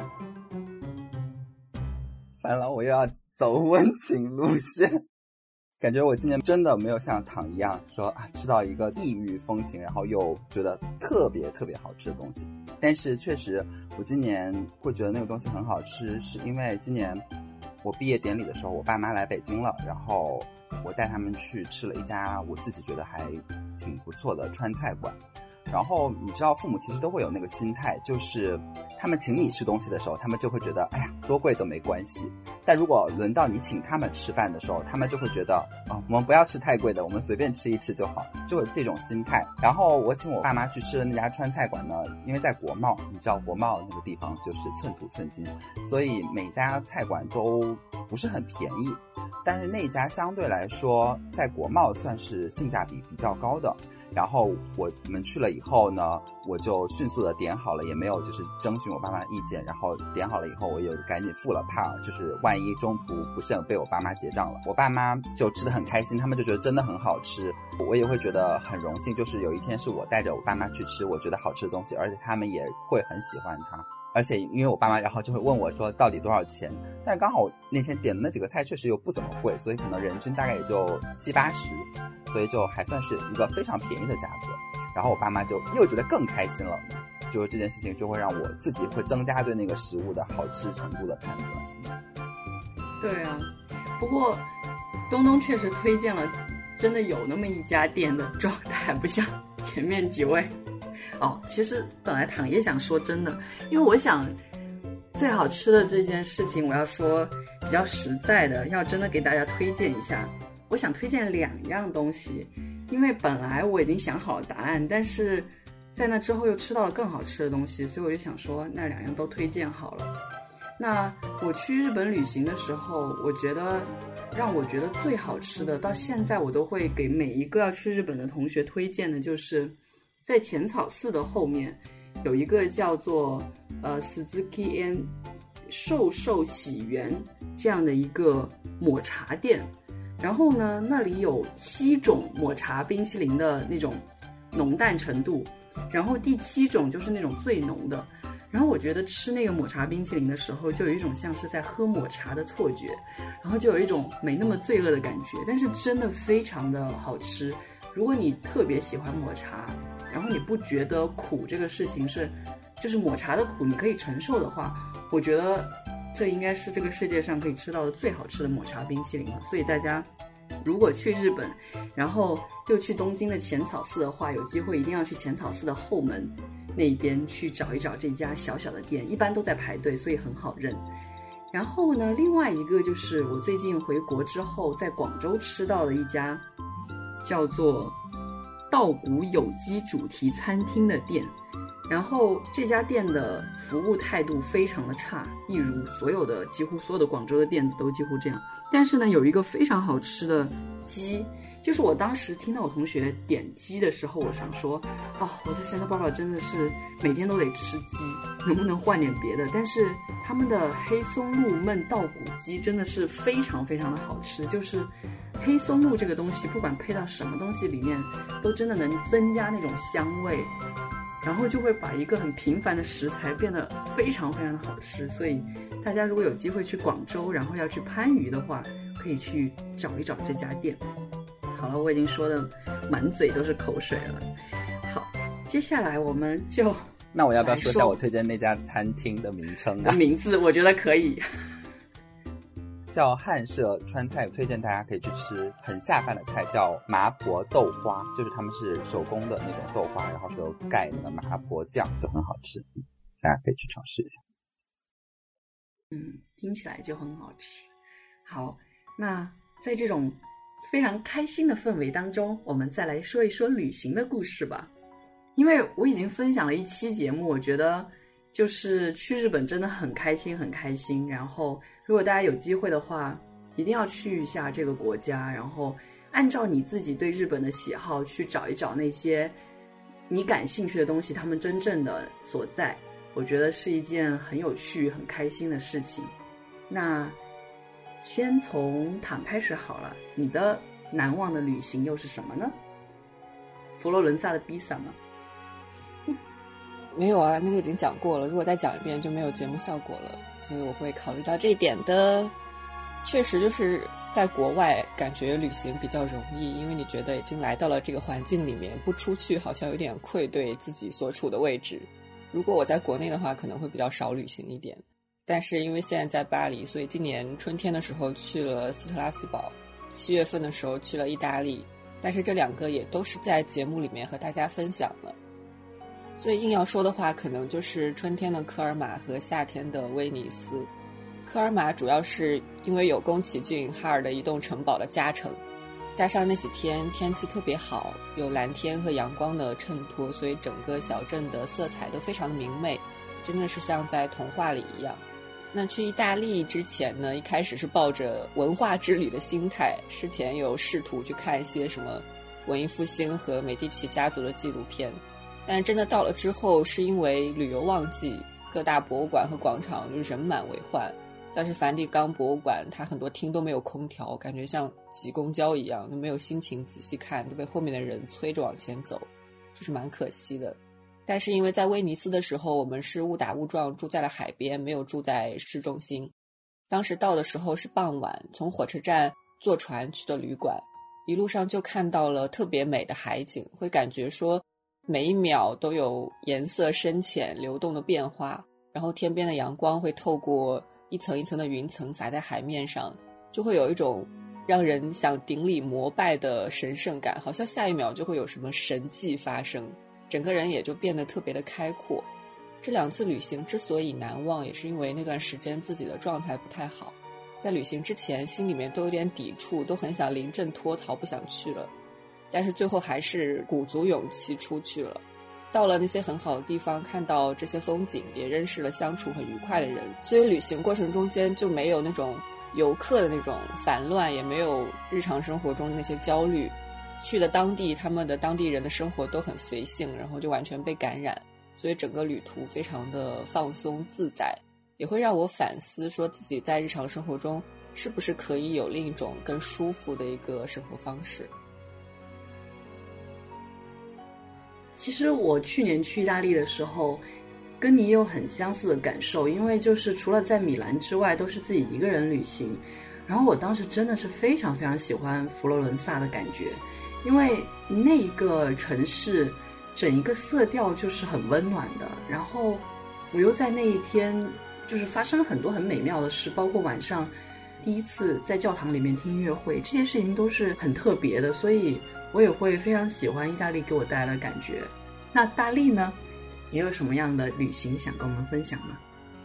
完了，我又要走温情路线。感觉我今年真的没有像糖一样说吃到一个异域风情，然后又觉得特别特别好吃的东西。但是确实，我今年会觉得那个东西很好吃，是因为今年我毕业典礼的时候，我爸妈来北京了，然后我带他们去吃了一家我自己觉得还挺不错的川菜馆。然后你知道父母其实都会有那个心态，就是他们请你吃东西的时候，他们就会觉得哎呀多贵都没关系，但如果轮到你请他们吃饭的时候，他们就会觉得我们不要吃太贵的，我们随便吃一吃就好，就有这种心态。然后我请我爸妈去吃的那家川菜馆呢，因为在国贸，你知道国贸那个地方就是寸土寸金，所以每家菜馆都不是很便宜，但是那家相对来说在国贸算是性价比比较高的。然后我们去了以后呢，我就迅速的点好了，也没有就是征询我爸妈的意见，然后点好了以后我也赶紧付了，怕就是万一中途不慎被我爸妈结账了。我爸妈就吃得很开心，他们就觉得真的很好吃，我也会觉得很荣幸，就是有一天是我带着我爸妈去吃我觉得好吃的东西，而且他们也会很喜欢它。而且因为我爸妈然后就会问我说到底多少钱，但是刚好我那天点的那几个菜确实又不怎么贵，所以可能人均大概也就70-80，所以就还算是一个非常便宜的价格。然后我爸妈就又觉得更开心了，就是这件事情就会让我自己会增加对那个食物的好吃程度的判断。 对啊，不过东东确实推荐了真的有那么一家店的状态不像前面几位。其实本来躺也想说真的，因为我想最好吃的这件事情，我要说比较实在的，要真的给大家推荐一下。我想推荐2样东西， 因为本来我已经想好了答案，但是在那之后又吃到了更好吃的东西，所以我就想说那两样都推荐好了。那我去日本旅行的时候，我觉得让我觉得最好吃的，到现在我都会给每一个要去日本的同学推荐的，就是在浅草寺的后面有一个叫做Suzuki and 寿寿喜园这样的一个抹茶店。然后呢，那里有7种抹茶冰淇淋的那种浓淡程度，然后第7种就是那种最浓的。然后我觉得吃那个抹茶冰淇淋的时候，就有一种像是在喝抹茶的错觉，然后就有一种没那么罪恶的感觉，但是真的非常的好吃。如果你特别喜欢抹茶，然后你不觉得苦这个事情就是抹茶的苦你可以承受的话，我觉得这应该是这个世界上可以吃到的最好吃的抹茶冰淇淋了。所以大家如果去日本，然后又去东京的浅草寺的话，有机会一定要去浅草寺的后门那边去找一找这家小小的店，一般都在排队，所以很好认。然后呢，另外一个就是我最近回国之后在广州吃到的一家叫做稻谷有机主题餐厅的店，然后这家店的服务态度非常的差，一如几乎所有的广州的店子都几乎这样。但是呢，有一个非常好吃的鸡，就是我当时听到我同学点鸡的时候，我想说我在 Santa Barbara 真的是每天都得吃鸡，能不能换点别的？但是他们的黑松露焖稻谷鸡真的是非常非常的好吃，就是黑松露这个东西不管配到什么东西里面都真的能增加那种香味，然后就会把一个很平凡的食材变得非常非常的好吃。所以大家如果有机会去广州，然后要去番禺的话，可以去找一找这家店。好了，我已经说的满嘴都是口水了。好，接下来我们就那我要不要说一下我推荐那家餐厅的名称啊？ 名字我觉得可以， 叫汉舍川菜，推荐大家可以去吃很下饭的菜，叫麻婆豆花，就是他们是手工的那种豆花，然后就盖那个麻婆酱，就很好吃，大家可以去尝试一下。 听起来就很好吃。好，那在这种非常开心的氛围当中，我们再来说一说旅行的故事吧。因为我已经分享了一期节目，我觉得就是去日本真的很开心很开心，然后如果大家有机会的话一定要去一下这个国家，然后按照你自己对日本的喜好去找一找那些你感兴趣的东西，他们真正的所在，我觉得是一件很有趣很开心的事情。那先从躺开始好了，你的难忘的旅行又是什么呢？佛罗伦萨的比萨吗？ 没有啊，那个已经讲过了，如果再讲一遍就没有节目效果了，所以我会考虑到这一点的。确实就是在国外感觉旅行比较容易，因为你觉得已经来到了这个环境里面，不出去好像有点愧对自己所处的位置。如果我在国内的话可能会比较少旅行一点，但是因为现在在巴黎，所以今年春天的时候去了斯特拉斯堡，7月份的时候去了意大利，但是这2个也都是在节目里面和大家分享了。所以硬要说的话，可能就是春天的科尔玛和夏天的威尼斯。科尔玛主要是因为有宫崎骏哈尔的移动城堡的加成，加上那几天天气特别好，有蓝天和阳光的衬托，所以整个小镇的色彩都非常的明媚，真的是像在童话里一样。那去意大利之前呢，一开始是抱着文化之旅的心态，事前有试图去看一些什么文艺复兴和美第奇家族的纪录片，但是真的到了之后，是因为旅游旺季，各大博物馆和广场就人满为患，像是梵蒂冈博物馆，它很多厅都没有空调，感觉像挤公交一样，就没有心情仔细看，就被后面的人催着往前走，就是蛮可惜的。但是因为在威尼斯的时候，我们是误打误撞住在了海边，没有住在市中心。当时到的时候是傍晚，从火车站坐船去的旅馆，一路上就看到了特别美的海景，会感觉说每一秒都有颜色深浅流动的变化，然后天边的阳光会透过一层一层的云层洒在海面上，就会有一种让人想顶礼膜拜的神圣感，好像下一秒就会有什么神迹发生，整个人也就变得特别的开阔。这2次旅行之所以难忘，也是因为那段时间自己的状态不太好，在旅行之前心里面都有点抵触，都很想临阵脱逃，不想去了。 但是最后还是鼓足勇气出去了。到了那些很好的地方，看到这些风景，也认识了相处很愉快的人，所以旅行过程中间就没有那种游客的那种烦乱，也没有日常生活中的那些焦虑。去的当地，他们的当地人的生活都很随性，然后就完全被感染，所以整个旅途非常的放松自在，也会让我反思说自己在日常生活中是不是可以有另一种更舒服的一个生活方式。 其实我去年去意大利的时候跟你也有很相似的感受，因为就是除了在米兰之外都是自己一个人旅行，然后我当时真的是非常非常喜欢佛罗伦萨的感觉，因为那个城市整一个色调就是很温暖的，然后我又在那一天就是发生了很多很美妙的事，包括晚上第一次在教堂里面听音乐会，这些事情都是很特别的，所以我也会非常喜欢意大利给我带来的感觉。那大力呢，也有什么样的旅行想跟我们分享吗？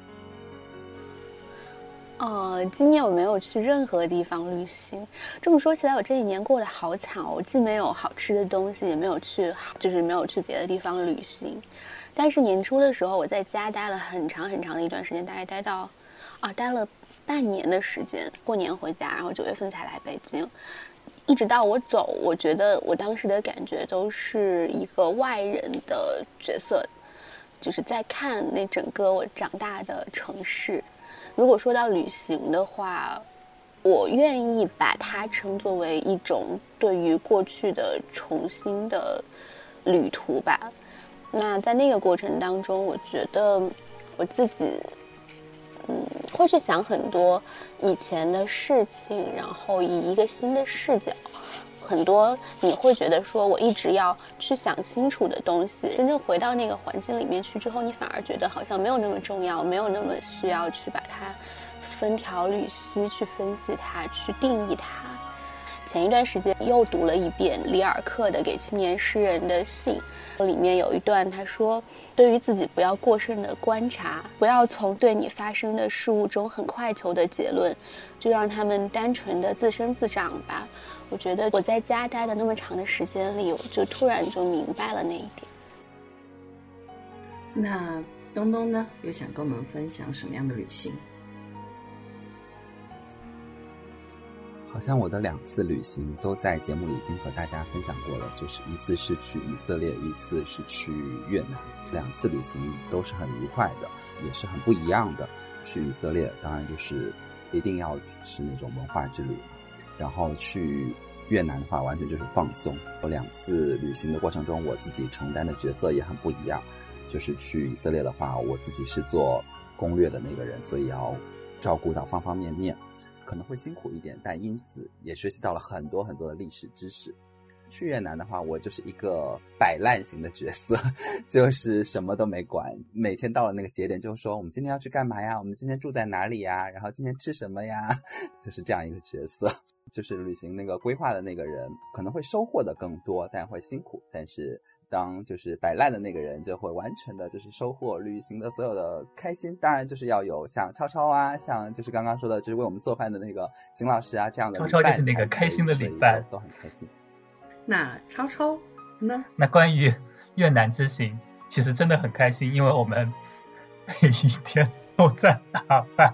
今年我没有去任何地方旅行。这么说起来，我这一年过得好惨哦，我既没有好吃的东西，也没有去别的地方旅行。但是年初的时候，我在家待了很长很长的一段时间，大概待了半年的时间。过年回家，然后9月份才来北京。一直到我走，我觉得我当时的感觉都是一个外人的角色，就是在看那整个我长大的城市。如果说到旅行的话，我愿意把它称作为一种对于过去的重新的旅途吧。那在那个过程当中，我觉得我自己会去想很多以前的事情，然后以一个新的视角，很多你会觉得说我一直要去想清楚的东西，真正回到那个环境里面去之后，你反而觉得好像没有那么重要，没有那么需要去把它分条缕析，去分析它，去定义它。前一段时间又读了一遍里尔克的《给青年诗人的信》，里面有一段他说，对于自己不要过剩的观察，不要从对你发生的事物中很快求的结论，就让他们单纯的自生自长吧。我觉得我在家待的那么长的时间里，我就突然就明白了那一点。 那东东呢，又想跟我们分享什么样的旅行？ 好像我的2次旅行都在节目里已经和大家分享过了，就是一次是去以色列，一次是去越南。2次旅行都是很愉快的，也是很不一样的。去以色列当然就是一定要是那种文化之旅，然后去越南的话完全就是放松。我2次旅行的过程中，我自己承担的角色也很不一样。就是去以色列的话，我自己是做攻略的那个人，所以要照顾到方方面面，可能会辛苦一点，但因此也学习到了很多很多的历史知识。去越南的话，我就是一个摆烂型的角色，就是什么都没管，每天到了那个节点就说我们今天要去干嘛呀，我们今天住在哪里呀，然后今天吃什么呀，就是这样一个角色。就是旅行那个规划的那个人可能会收获的更多，但会辛苦，但是当就是摆烂的那个人就会完全的就是收获旅行的所有的开心。当然就是要有像超超啊，像就是刚刚说的就是为我们做饭的那个邢老师啊，这样的超超就是那个开心的旅伴， 都很开心。 那超超呢？ 那关于越南之行其实真的很开心，因为我们每一天都在打饭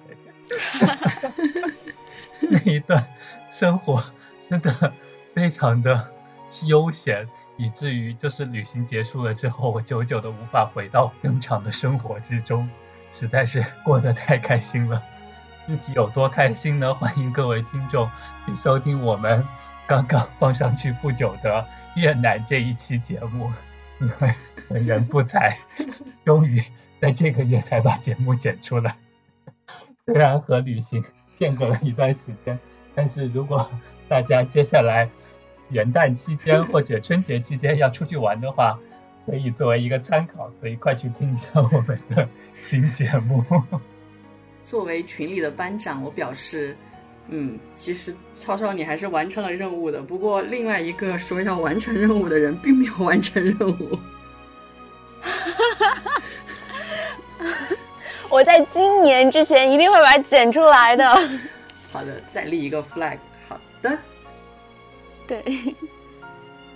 那一段生活真的非常的悠闲，以至于就是旅行结束了之后，我久久的无法回到正常的生活之中，实在是过得太开心了。具体有多开心呢？欢迎各位听众去收听我们刚刚放上去不久的越南这一期节目，因为本人不才，终于在这个月才把节目剪出来。虽然和旅行间隔了一段时间，但是如果大家接下来元旦期间或者春节期间要出去玩的话，可以作为一个参考，所以快去听一下我们的新节目。 作为群里的班长，我表示其实超超你还是完成了任务的，不过另外一个说要完成任务的人并没有完成任务。 我在今年之前一定会把它剪出来的。 好的，再立一个 flag。好的， 对。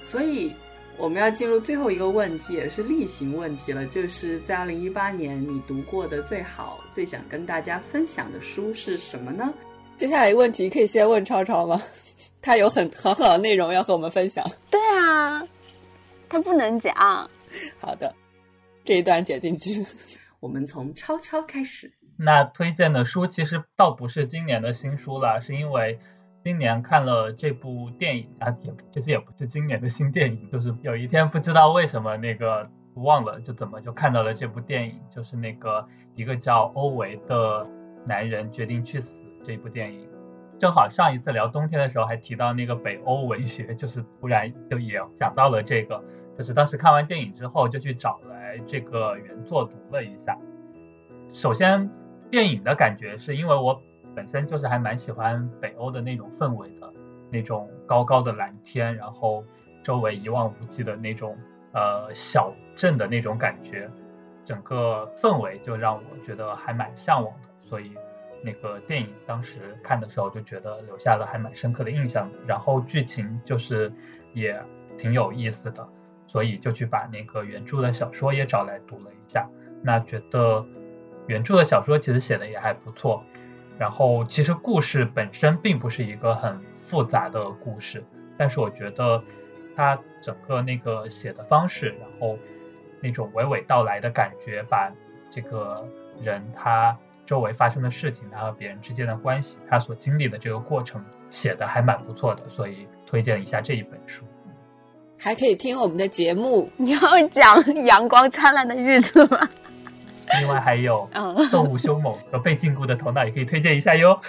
所以我们要进入最后一个问题，也是例行问题了，就是在2018年你读过的最好最想跟大家分享的书是什么呢？ 接下来一个问题可以先问超超吗？他有很好的内容要和我们分享。 对啊，他不能讲。 好的，这一段剪进去。 我们从超超开始。 那推荐的书其实倒不是今年的新书了，是因为今年看了这部电影啊，其实也不是今年的新电影，就是有一天不知道为什么忘了就怎么就看到了这部电影，就是一个叫欧维的男人决定去死这部电影。正好上一次聊冬天的时候还提到那个北欧文学，就是突然就也讲到了这个，就是当时看完电影之后就去找来这个原作读了一下。首先电影的感觉是因为我本身就是还蛮喜欢北欧的那种氛围的，那种高高的蓝天，然后周围一望无际的那种小镇的那种感觉，整个氛围就让我觉得还蛮向往的，所以那个电影当时看的时候就觉得留下了还蛮深刻的印象，然后剧情就是也挺有意思的，所以就去把那个原著的小说也找来读了一下。那觉得原著的小说其实写的也还不错，然后其实故事本身并不是一个很复杂的故事，但是我觉得它整个那个写的方式，然后那种娓娓道来的感觉，把这个人他周围发生的事情，他和别人之间的关系，他所经历的这个过程写的还蛮不错的，所以推荐一下这一本书。 还可以听我们的节目。 你要讲阳光灿烂的日子吗？ 另外还有动物凶猛和被禁锢的头脑也可以推荐一下哟。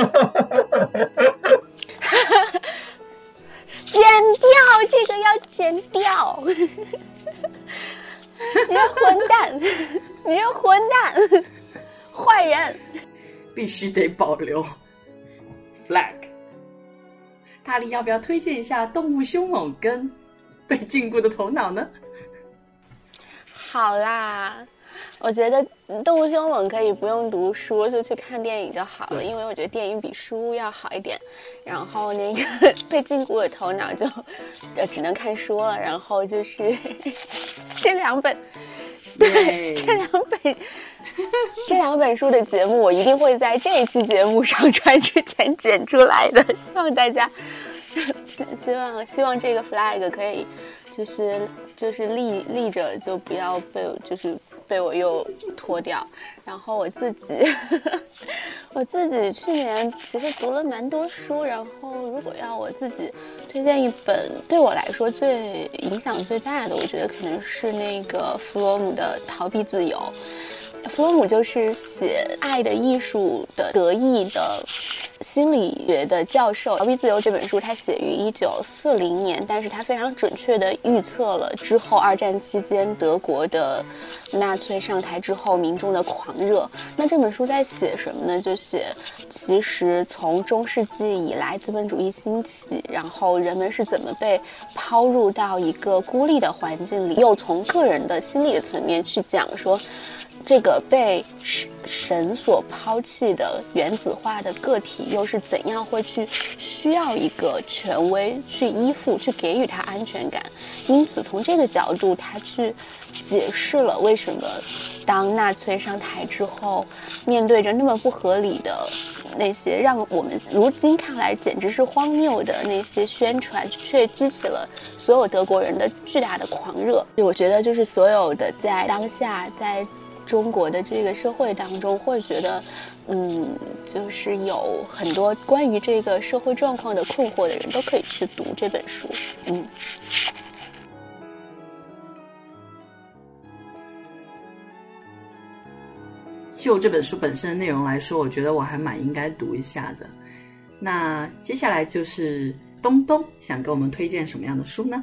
剪掉这个要剪掉。你这混蛋，你这混蛋，坏人， 必须得保留 flag。 大力要不要推荐一下动物凶猛跟被禁锢的头脑呢？ 好啦，我觉得动物凶猛可以不用读书，就去看电影就好了，因为我觉得电影比书要好一点。然后那个被禁锢的头脑就只能看书了，然后就是这两本，对，这两本书的节目我一定会在这一期节目上传之前剪出来的，希望大家希望这个 flag 可以就是立着，就不要被我又脱掉。然后我自己去年其实读了蛮多书，然后如果要我自己推荐一本对我来说最影响最大的，我觉得可能是那个弗洛姆的《逃避自由》。弗洛姆就是写《爱的艺术》的德裔的心理学的教授。《逃避自由》这本书他写于1940年，但是他非常准确地预测了之后二战期间德国的纳粹上台之后民众的狂热。那这本书在写什么呢？就写其实从中世纪以来资本主义兴起，然后人们是怎么被抛入到一个孤立的环境里，又从个人的心理的层面去讲说这个被神所抛弃的原子化的个体又是怎样会去需要一个权威去依附，去给予他安全感。因此从这个角度他去解释了为什么当纳粹上台之后，面对着那么不合理的那些让我们如今看来简直是荒谬的那些宣传，却激起了所有德国人的巨大的狂热。我觉得就是所有的在当下在中国的这个社会当中会觉得就是有很多关于这个社会状况的困惑的人都可以去读这本书。 就这本书本身的内容来说，我觉得我还蛮应该读一下的。那接下来就是东东想给我们推荐什么样的书呢？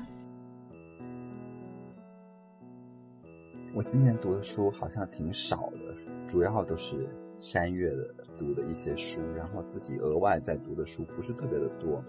我今年读的书好像挺少的，主要都是山月的读的一些书，然后自己额外在读的书不是特别的多。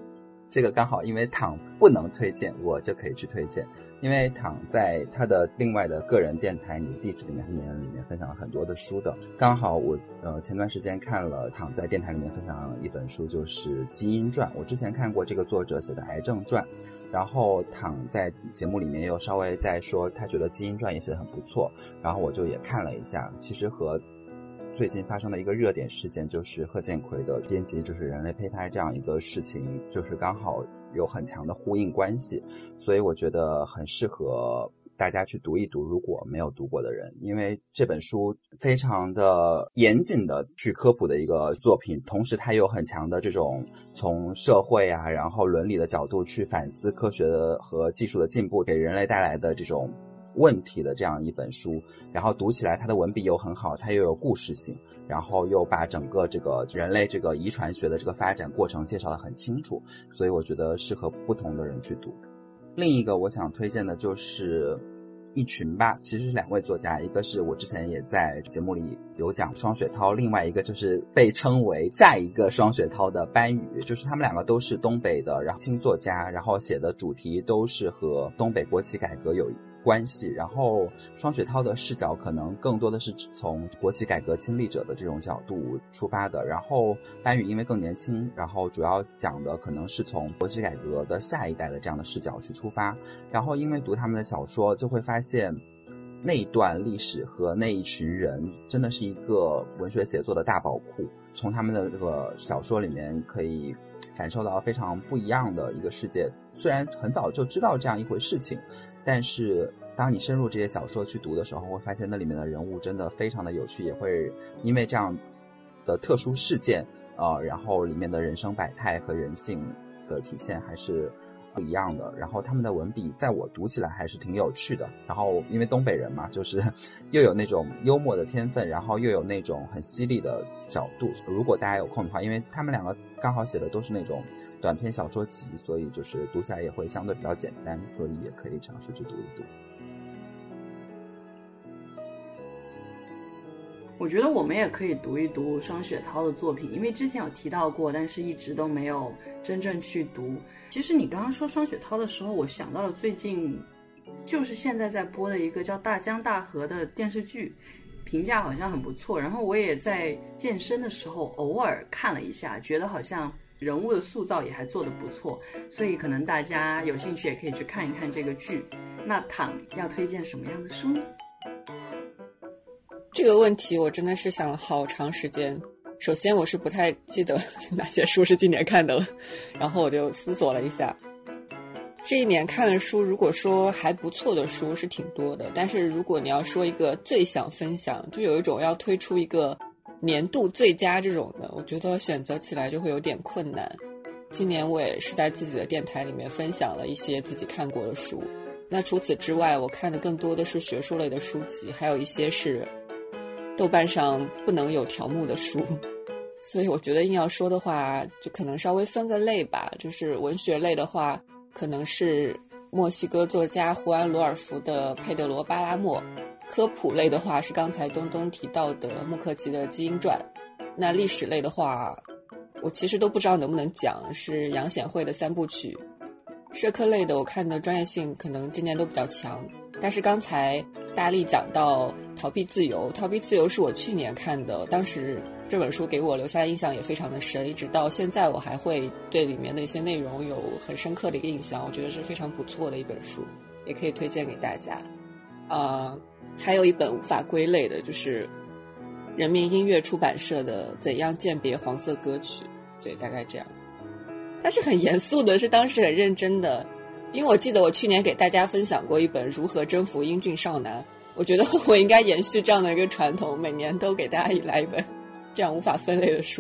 这个刚好因为躺不能推荐，我就可以去推荐。因为躺在他的另外的个人电台你的地址里面分享了很多的书的，刚好我前段时间看了躺在电台里面分享一本书，就是《基因传》。我之前看过这个作者写的《癌症传》，然后躺在节目里面又稍微在说他觉得《基因传》也写得很不错，然后我就也看了一下，其实和最近发生的一个热点事件，就是贺建奎的编辑就是人类胚胎这样一个事情，就是刚好有很强的呼应关系，所以我觉得很适合大家去读一读，如果没有读过的人。因为这本书非常的严谨的去科普的一个作品，同时它有很强的这种从社会啊然后伦理的角度去反思科学的和技术的进步给人类带来的这种问题的这样一本书，然后读起来它的文笔又很好，它又有故事性，然后又把整个这个人类这个遗传学的这个发展过程介绍得很清楚，所以我觉得适合不同的人去读。另一个我想推荐的就是一群吧，其实是2位作家，一个是我之前也在节目里有讲双雪涛，另外一个就是被称为下一个双雪涛的班宇，就是他们2个都是东北的然后新作家，然后写的主题都是和东北国企改革有关系，然后双雪涛的视角可能更多的是从国企改革亲历者的这种角度出发的，然后班宇因为更年轻，然后主要讲的可能是从国企改革的下一代的这样的视角去出发，然后因为读他们的小说就会发现那一段历史和那一群人真的是一个文学写作的大宝库，从他们的这个小说里面可以感受到非常不一样的一个世界。虽然很早就知道这样一回事情，但是当你深入这些小说去读的时候，会发现那里面的人物真的非常的有趣，也会因为这样的特殊事件然后里面的人生百态和人性的体现还是不一样的。然后他们的文笔在我读起来还是挺有趣的，然后因为东北人嘛，就是又有那种幽默的天分，然后又有那种很犀利的角度。如果大家有空的话，因为他们2个刚好写的都是那种短篇小说集，所以就是读起来也会相对比较简单，所以也可以尝试去读一读。 我觉得我们也可以读一读双雪涛的作品，因为之前有提到过，但是一直都没有真正去读。其实你刚刚说双雪涛的时候，我想到了最近就是现在在播的一个叫《大江大河》的电视剧，评价好像很不错，然后我也在健身的时候偶尔看了一下，觉得好像人物的塑造也还做得不错，所以可能大家有兴趣也可以去看一看这个剧。那躺要推荐什么样的书呢？ 这个问题我真的是想了好长时间。首先我是不太记得哪些书是今年看的了，然后我就思索了一下。这一年看的书，如果说还不错的书是挺多的，但是如果你要说一个最想分享，就有一种要推出一个年度最佳这种的，我觉得选择起来就会有点困难。今年我也是在自己的电台里面分享了一些自己看过的书，那除此之外，我看的更多的是学术类的书籍，还有一些是豆瓣上不能有条目的书。所以我觉得硬要说的话，就可能稍微分个类吧。就是文学类的话，可能是墨西哥作家胡安·罗尔夫的《佩德罗·巴拉莫》，科普类的话是刚才东东提到的穆克吉的《基因传》。那历史类的话，我其实都不知道能不能讲，是杨显惠的3部曲。社科类的我看的专业性可能今年都比较强，但是刚才大力讲到逃避自由，逃避自由是我去年看的，当时这本书给我留下的印象也非常的深，一直到现在我还会对里面的一些内容有很深刻的一个印象，我觉得是非常不错的一本书，也可以推荐给大家。还有一本无法归类的，就是人民音乐出版社的《怎样鉴别黄色歌曲》，对，大概这样。它是很严肃的，是当时很认真的，因为我记得我去年给大家分享过一本《如何征服英俊少男》，我觉得我应该延续这样的一个传统，每年都给大家来一本这样无法分类的书。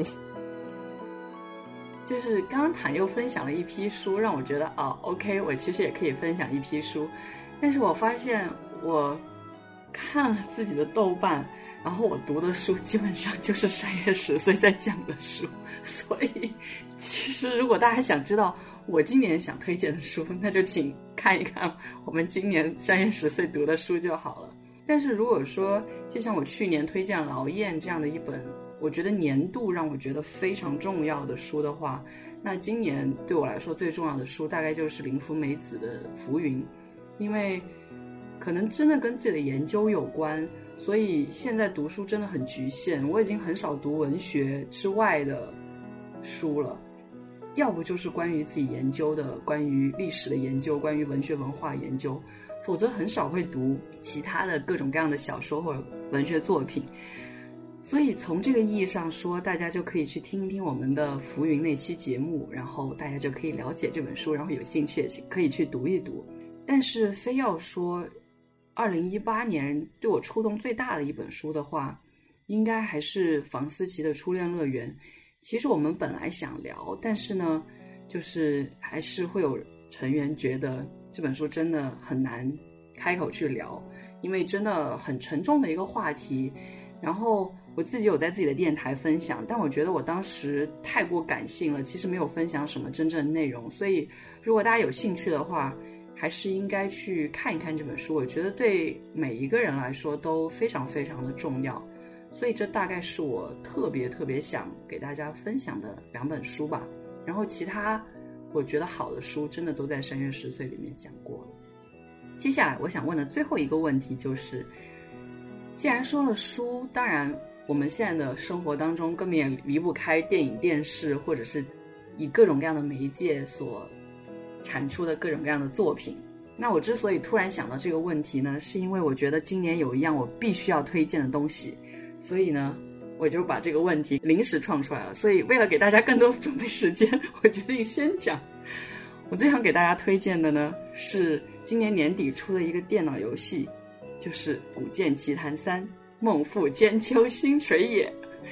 就是刚刚坦又分享了一批书，让我觉得OK， 我其实也可以分享一批书，但是我发现我看了自己的豆瓣，然后我读的书基本上就是3月10岁在讲的书，所以其实如果大家想知道我今年想推荐的书，那就请看一看我们今年3月10岁读的书就好了。但是如果说就像我去年推荐了熬燕这样的一本我觉得年度让我觉得非常重要的书的话，那今年对我来说最重要的书大概就是铃福美子的《浮云》，因为可能真的跟自己的研究有关，所以现在读书真的很局限，我已经很少读文学之外的书了，要不就是关于自己研究的，关于历史的研究，关于文学文化研究，否则很少会读其他的各种各样的小说或者文学作品。所以从这个意义上说，大家就可以去听一听我们的浮云那期节目，然后大家就可以了解这本书，然后有兴趣也可以去读一读。但是非要说2018年对我触动最大的一本书的话，应该还是房思琪的《初恋乐园》。其实我们本来想聊，但是呢就是还是会有成员觉得这本书真的很难开口去聊，因为真的很沉重的一个话题。然后我自己有在自己的电台分享，但我觉得我当时太过感性了，其实没有分享什么真正的内容，所以如果大家有兴趣的话，还是应该去看一看这本书，我觉得对每一个人来说都非常非常的重要。所以这大概是我特别特别想给大家分享的2本书吧，然后其他我觉得好的书真的都在3月10岁里面讲过了。接下来我想问的最后一个问题就是，既然说了书，当然我们现在的生活当中根本也离不开电影电视，或者是以各种各样的媒介所产出的各种各样的作品。那我之所以突然想到这个问题呢，是因为我觉得今年有一样我必须要推荐的东西，所以呢我就把这个问题临时创出来了。所以为了给大家更多的准备时间，我决定先讲。我最想给大家推荐的呢，是今年年底出的一个电脑游戏，就是《古剑奇谭3：梦赴千秋新水野》。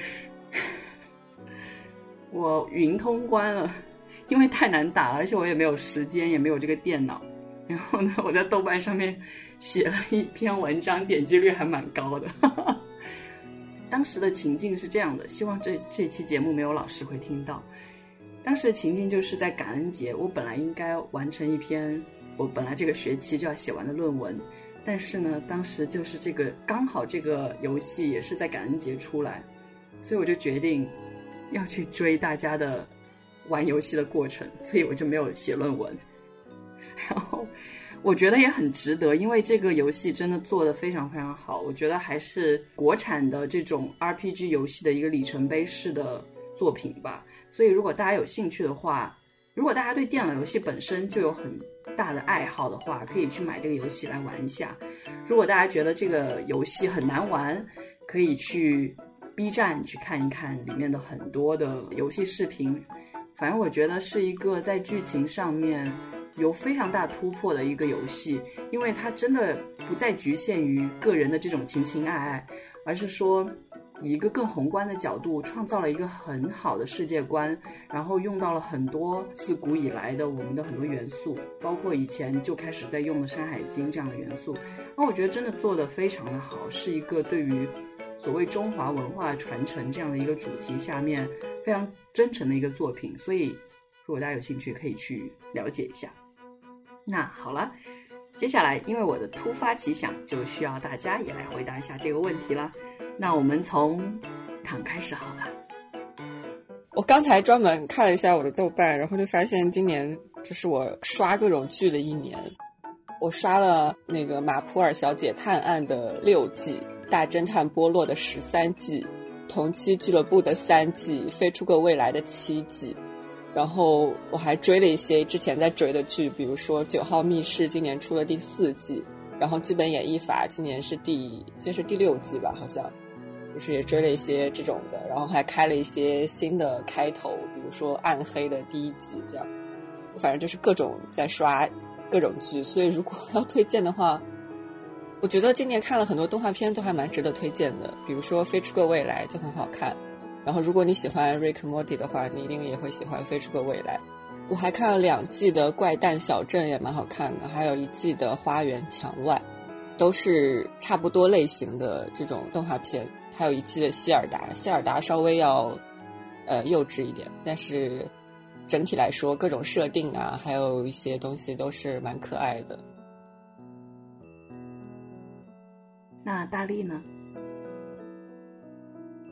我云通关了，因为太难打了，而且我也没有时间，也没有这个电脑。然后呢，我在豆瓣上面写了一篇文章，点击率还蛮高的。当时的情境是这样的，希望这期节目没有老师会听到。当时的情境就是在感恩节，我本来应该完成一篇我本来这个学期就要写完的论文，但是呢当时就是刚好这个游戏也是在感恩节出来，所以我就决定要去追大家的玩游戏的过程，所以我就没有写论文。然后我觉得也很值得，因为这个游戏真的做得非常非常好，我觉得还是国产的这种 RPG 游戏的一个里程碑式的作品吧。所以如果大家有兴趣的话，如果大家对电脑游戏本身就有很大的爱好的话，可以去买这个游戏来玩一下。如果大家觉得这个游戏很难玩，可以去 B 站去看一看里面的很多的游戏视频。反正我觉得是一个在剧情上面有非常大突破的一个游戏，因为它真的不再局限于个人的这种情情爱爱，而是说以一个更宏观的角度创造了一个很好的世界观，然后用到了很多自古以来的我们的很多元素，包括以前就开始在用的《山海经》这样的元素。那我觉得真的做得非常的好，是一个对于所谓中华文化传承这样的一个主题下面非常真诚的一个作品，所以如果大家有兴趣可以去了解一下。那好了，接下来因为我的突发奇想，就需要大家也来回答一下这个问题了。那我们从躺开始好了。 我刚才专门看了一下我的豆瓣，然后就发现今年这是我刷各种剧的一年。我刷了那个马普尔小姐探案的6季，大侦探波洛的13季，同期俱乐部的3季，飞出个未来的7季。然后我还追了一些之前在追的剧，比如说9号密室今年出了第4季，然后基本演绎法今年是第6季吧，好像就是也追了一些这种的，然后还开了一些新的开头，比如说暗黑的第1季这样。反正就是各种在刷各种剧，所以如果要推荐的话，我觉得今年看了很多动画片都还蛮值得推荐的，比如说飞出个未来就很好看，然后如果你喜欢 Rick Morty 的话，你一定也会喜欢飞出个未来。我还看了2季的怪诞小镇也蛮好看的，还有1季的花园墙外，都是差不多类型的这种动画片。还有1季的希尔达稍微要幼稚一点，但是整体来说各种设定啊还有一些东西都是蛮可爱的。 那大力呢？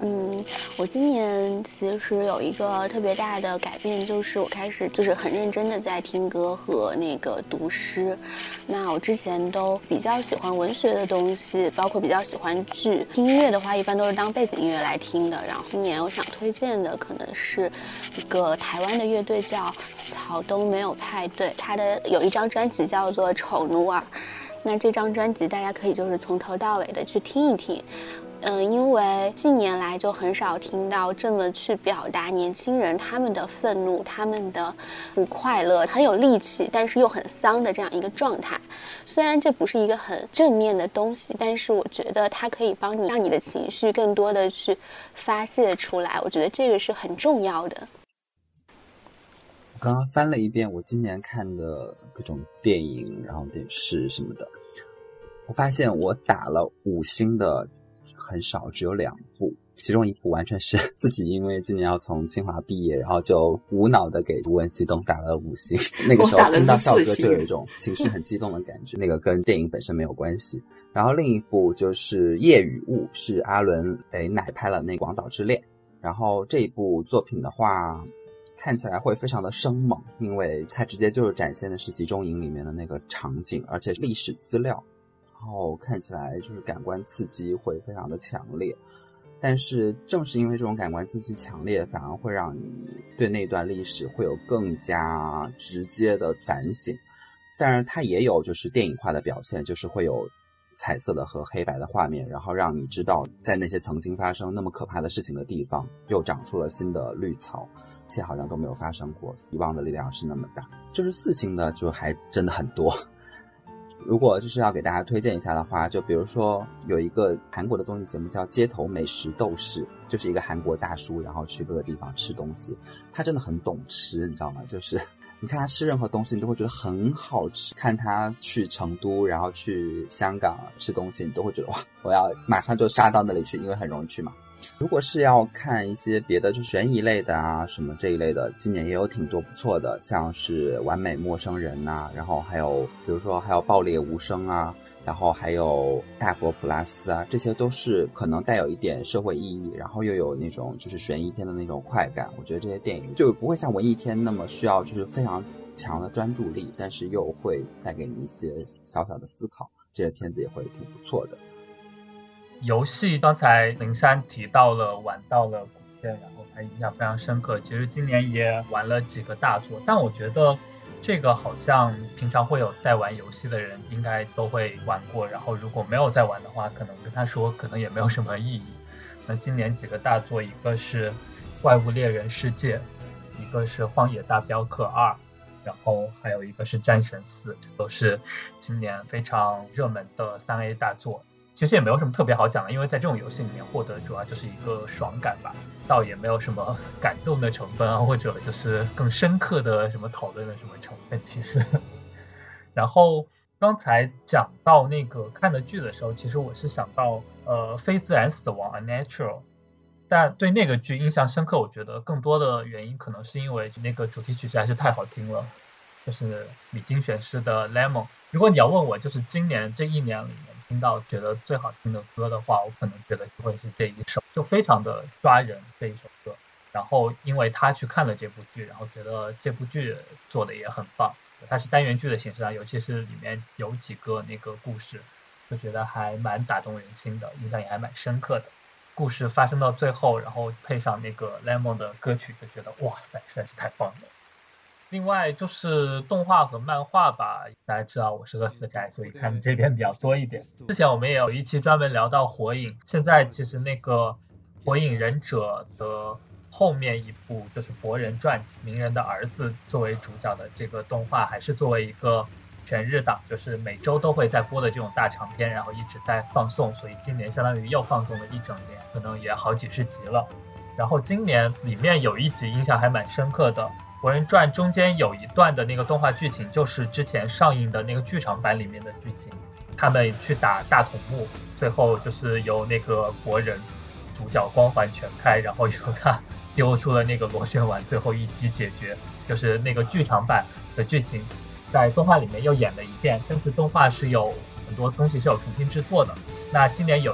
我今年其实有一个特别大的改变，就是我开始就是很认真的在听歌和那个读诗。那我之前都比较喜欢文学的东西，包括比较喜欢剧。听音乐的话，一般都是当背景音乐来听的。然后今年我想推荐的可能是一个台湾的乐队叫草东没有派对，它的有一张专辑叫做《丑奴儿》。那这张专辑大家可以就是从头到尾的去听一听。因为近年来就很少听到这么去表达年轻人他们的愤怒、他们的不快乐，很有力气，但是又很丧的这样一个状态。虽然这不是一个很正面的东西，但是我觉得它可以帮你让你的情绪更多的去发泄出来，我觉得这个是很重要的。 我刚刚翻了一遍我今年看的各种电影，然后电视什么的，我发现我打了5星的很少，只有2部，其中一部完全是自己因为今年要从清华毕业，然后就无脑的给吴文西东打了5星。那个时候听到校歌就有一种情绪很激动的感觉，那个跟电影本身没有关系。然后另一部就是《夜与雾》，是阿伦雷乃拍了那个《广岛之恋》。然后这一部作品的话看起来会非常的生猛，因为它直接就是展现的是集中营里面的那个场景，而且历史资料，然后看起来就是感官刺激会非常的强烈。但是正是因为这种感官刺激强烈，反而会让你对那段历史会有更加直接的反省。当然它也有就是电影化的表现，就是会有彩色的和黑白的画面，然后让你知道在那些曾经发生那么可怕的事情的地方又长出了新的绿草，一切好像都没有发生过，遗忘的力量是那么大。就是4星的就还真的很多。如果就是要给大家推荐一下的话，就比如说有一个韩国的综艺节目叫街头美食斗士，就是一个韩国大叔然后去各个地方吃东西，他真的很懂吃，你知道吗？就是你看他吃任何东西你都会觉得很好吃，看他去成都然后去香港吃东西，你都会觉得哇，我要马上就杀到那里去，因为很容易去嘛。如果是要看一些别的就悬疑类的啊什么这一类的，今年也有挺多不错的，像是完美陌生人啊，然后还有比如说还有爆裂无声啊，然后还有大佛普拉斯啊，这些都是可能带有一点社会意义，然后又有那种就是悬疑片的那种快感。我觉得这些电影就不会像文艺片那么需要就是非常强的专注力，但是又会带给你一些小小的思考，这些片子也会挺不错的。 游戏刚才林珊提到了玩到了古剑，然后他印象非常深刻。其实今年也玩了几个大作，但我觉得这个好像平常会有在玩游戏的人应该都会玩过，然后如果没有在玩的话，可能跟他说可能也没有什么意义。那今年几个大作，一个是怪物猎人世界，一个是荒野大镖客2，然后还有一个是战神4，这都是今年非常热门的3A 大作。其实也没有什么特别好讲的，因为在这种游戏里面获得主要就是一个爽感吧，倒也没有什么感动的成分啊，或者就是更深刻的什么讨论的什么成分其实。然后刚才讲到那个看的剧的时候，其实我是想到非自然死亡 Unnatural， 但对那个剧印象深刻，我觉得更多的原因可能是因为那个主题曲实在是太好听了，就是米津玄师的 Lemon。 如果你要问我就是今年这1年里面听到觉得最好听的歌的话，我可能觉得就会是这一首，就非常的抓人这一首歌。然后因为他去看了这部剧，然后觉得这部剧做的也很棒，它是单元剧的形式啊，尤其是里面有几个那个故事，就觉得还蛮打动人心的，印象也还蛮深刻的。故事发生到最后，然后配上那个 Lemon 的歌曲，就觉得哇塞，实在是太棒了。另外就是动画和漫画吧，大家知道我是个死宅，所以看的这边比较多一点。之前我们也有一期专门聊到火影，现在其实那个火影忍者的后面一部就是博人传，鸣人的儿子作为主角的这个动画，还是作为一个全日档，就是每周都会在播的这种大长篇，然后一直在放送，所以今年相当于又放送了1整年，可能也好几十集了。然后今年里面有一集印象还蛮深刻的，博人传中间有一段的那个动画剧情，就是之前上映的那个剧场版里面的剧情，他们去打大筒木，最后就是由那个博人主角光环全开，然后由他丢出了那个螺旋丸，最后一击解决，就是那个剧场版的剧情在动画里面又演了一遍，但是动画是有很多东西是有重新制作的。那今年有一集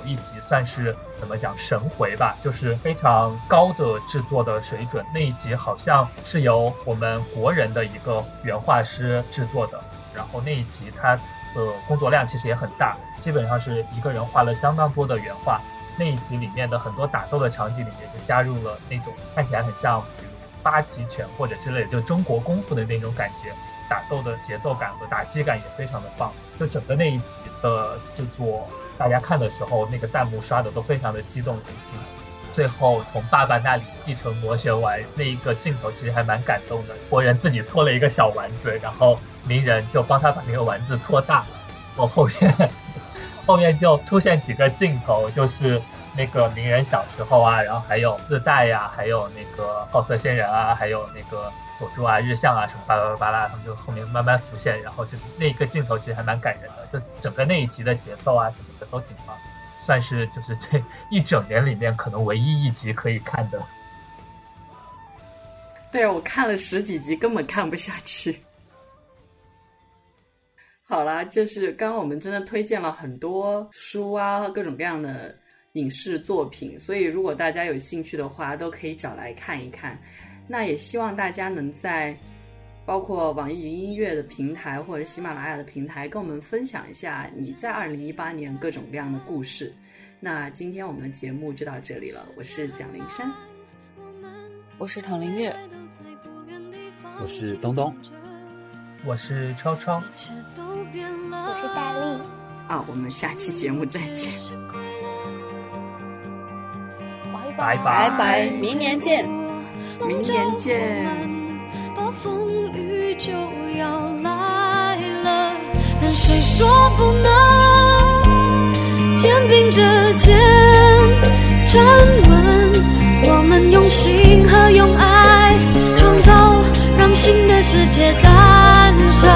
算是怎么讲神回吧，就是非常高的制作的水准。那一集好像是由我们国人的一个原画师制作的，然后那一集他的工作量其实也很大，基本上是一个人画了相当多的原画。那一集里面的很多打斗的场景里面就加入了那种看起来很像比如八极拳或者之类的，就中国功夫的那种感觉，打斗的节奏感和打击感也非常的棒。就整个那一集的制作，大家看的时候那个弹幕刷的都非常的激动人心。最后从爸爸那里继承螺旋丸那一个镜头其实还蛮感动的，国人自己搓了一个小丸子，然后鸣人就帮他把那个丸子搓大，后面就出现几个镜头，就是那个鸣人小时候啊，然后还有四代呀，还有那个好色仙人啊，还有那个佐助啊、日向啊什么巴拉巴拉，他们就后面慢慢浮现，然后就那个镜头其实还蛮感人的，就整个那一集的节奏啊什么的都挺棒，算是就是这一整年里面可能唯一一集可以看的。 对，我看了10几集根本看不下去。好啦，就是刚刚我们真的推荐了很多书啊和各种各样的影视作品，所以如果大家有兴趣的话都可以找来看一看。那也希望大家能在包括网易云音乐的平台或者喜马拉雅的平台跟我们分享一下你在2018年各种各样的故事。那今天我们的节目就到这里了，我是蒋灵珊， 我是唐林月， 我是东东， 我是超超， 我是戴丽啊，我们下期节目再见， 拜拜拜，明年见， 明年见。 暴风雨就要来了，但谁说不能肩并着肩站稳？我们用心和用爱创造，让新的世界诞生。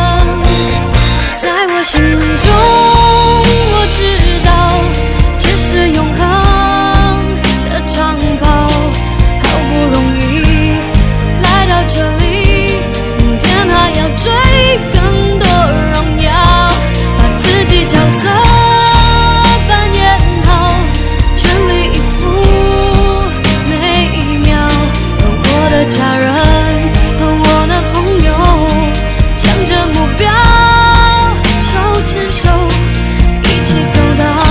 在我心中，我知道这是永恒的长跑，好不容易来到这里，明天还要追更多荣耀，把自己角色扮演好，全力以赴每一秒，和我的家人和我的朋友向着目标手牵手一起走到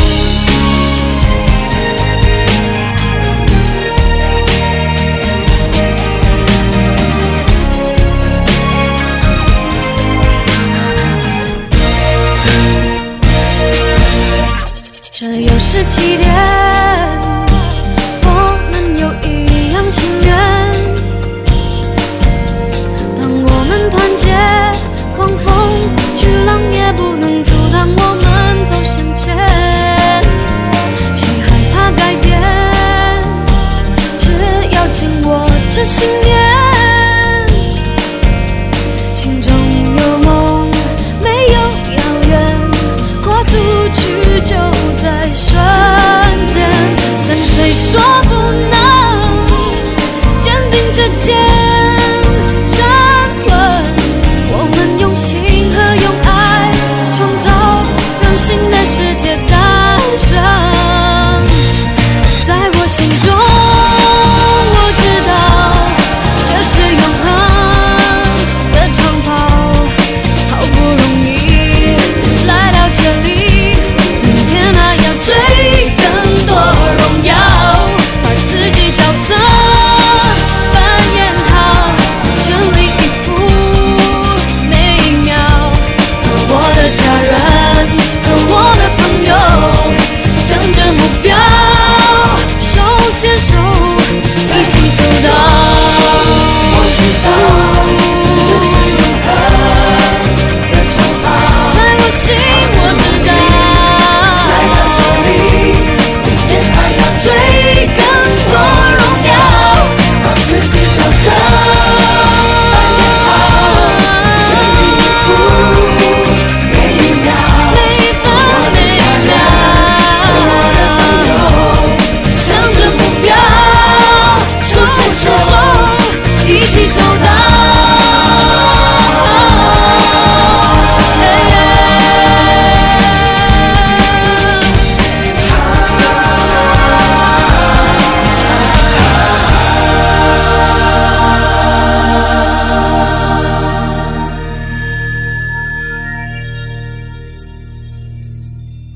这又是几点，我们又一样情愿。当我们团结，狂风巨浪也不能阻挡我们走向前。谁害怕改变，只要紧握着信念。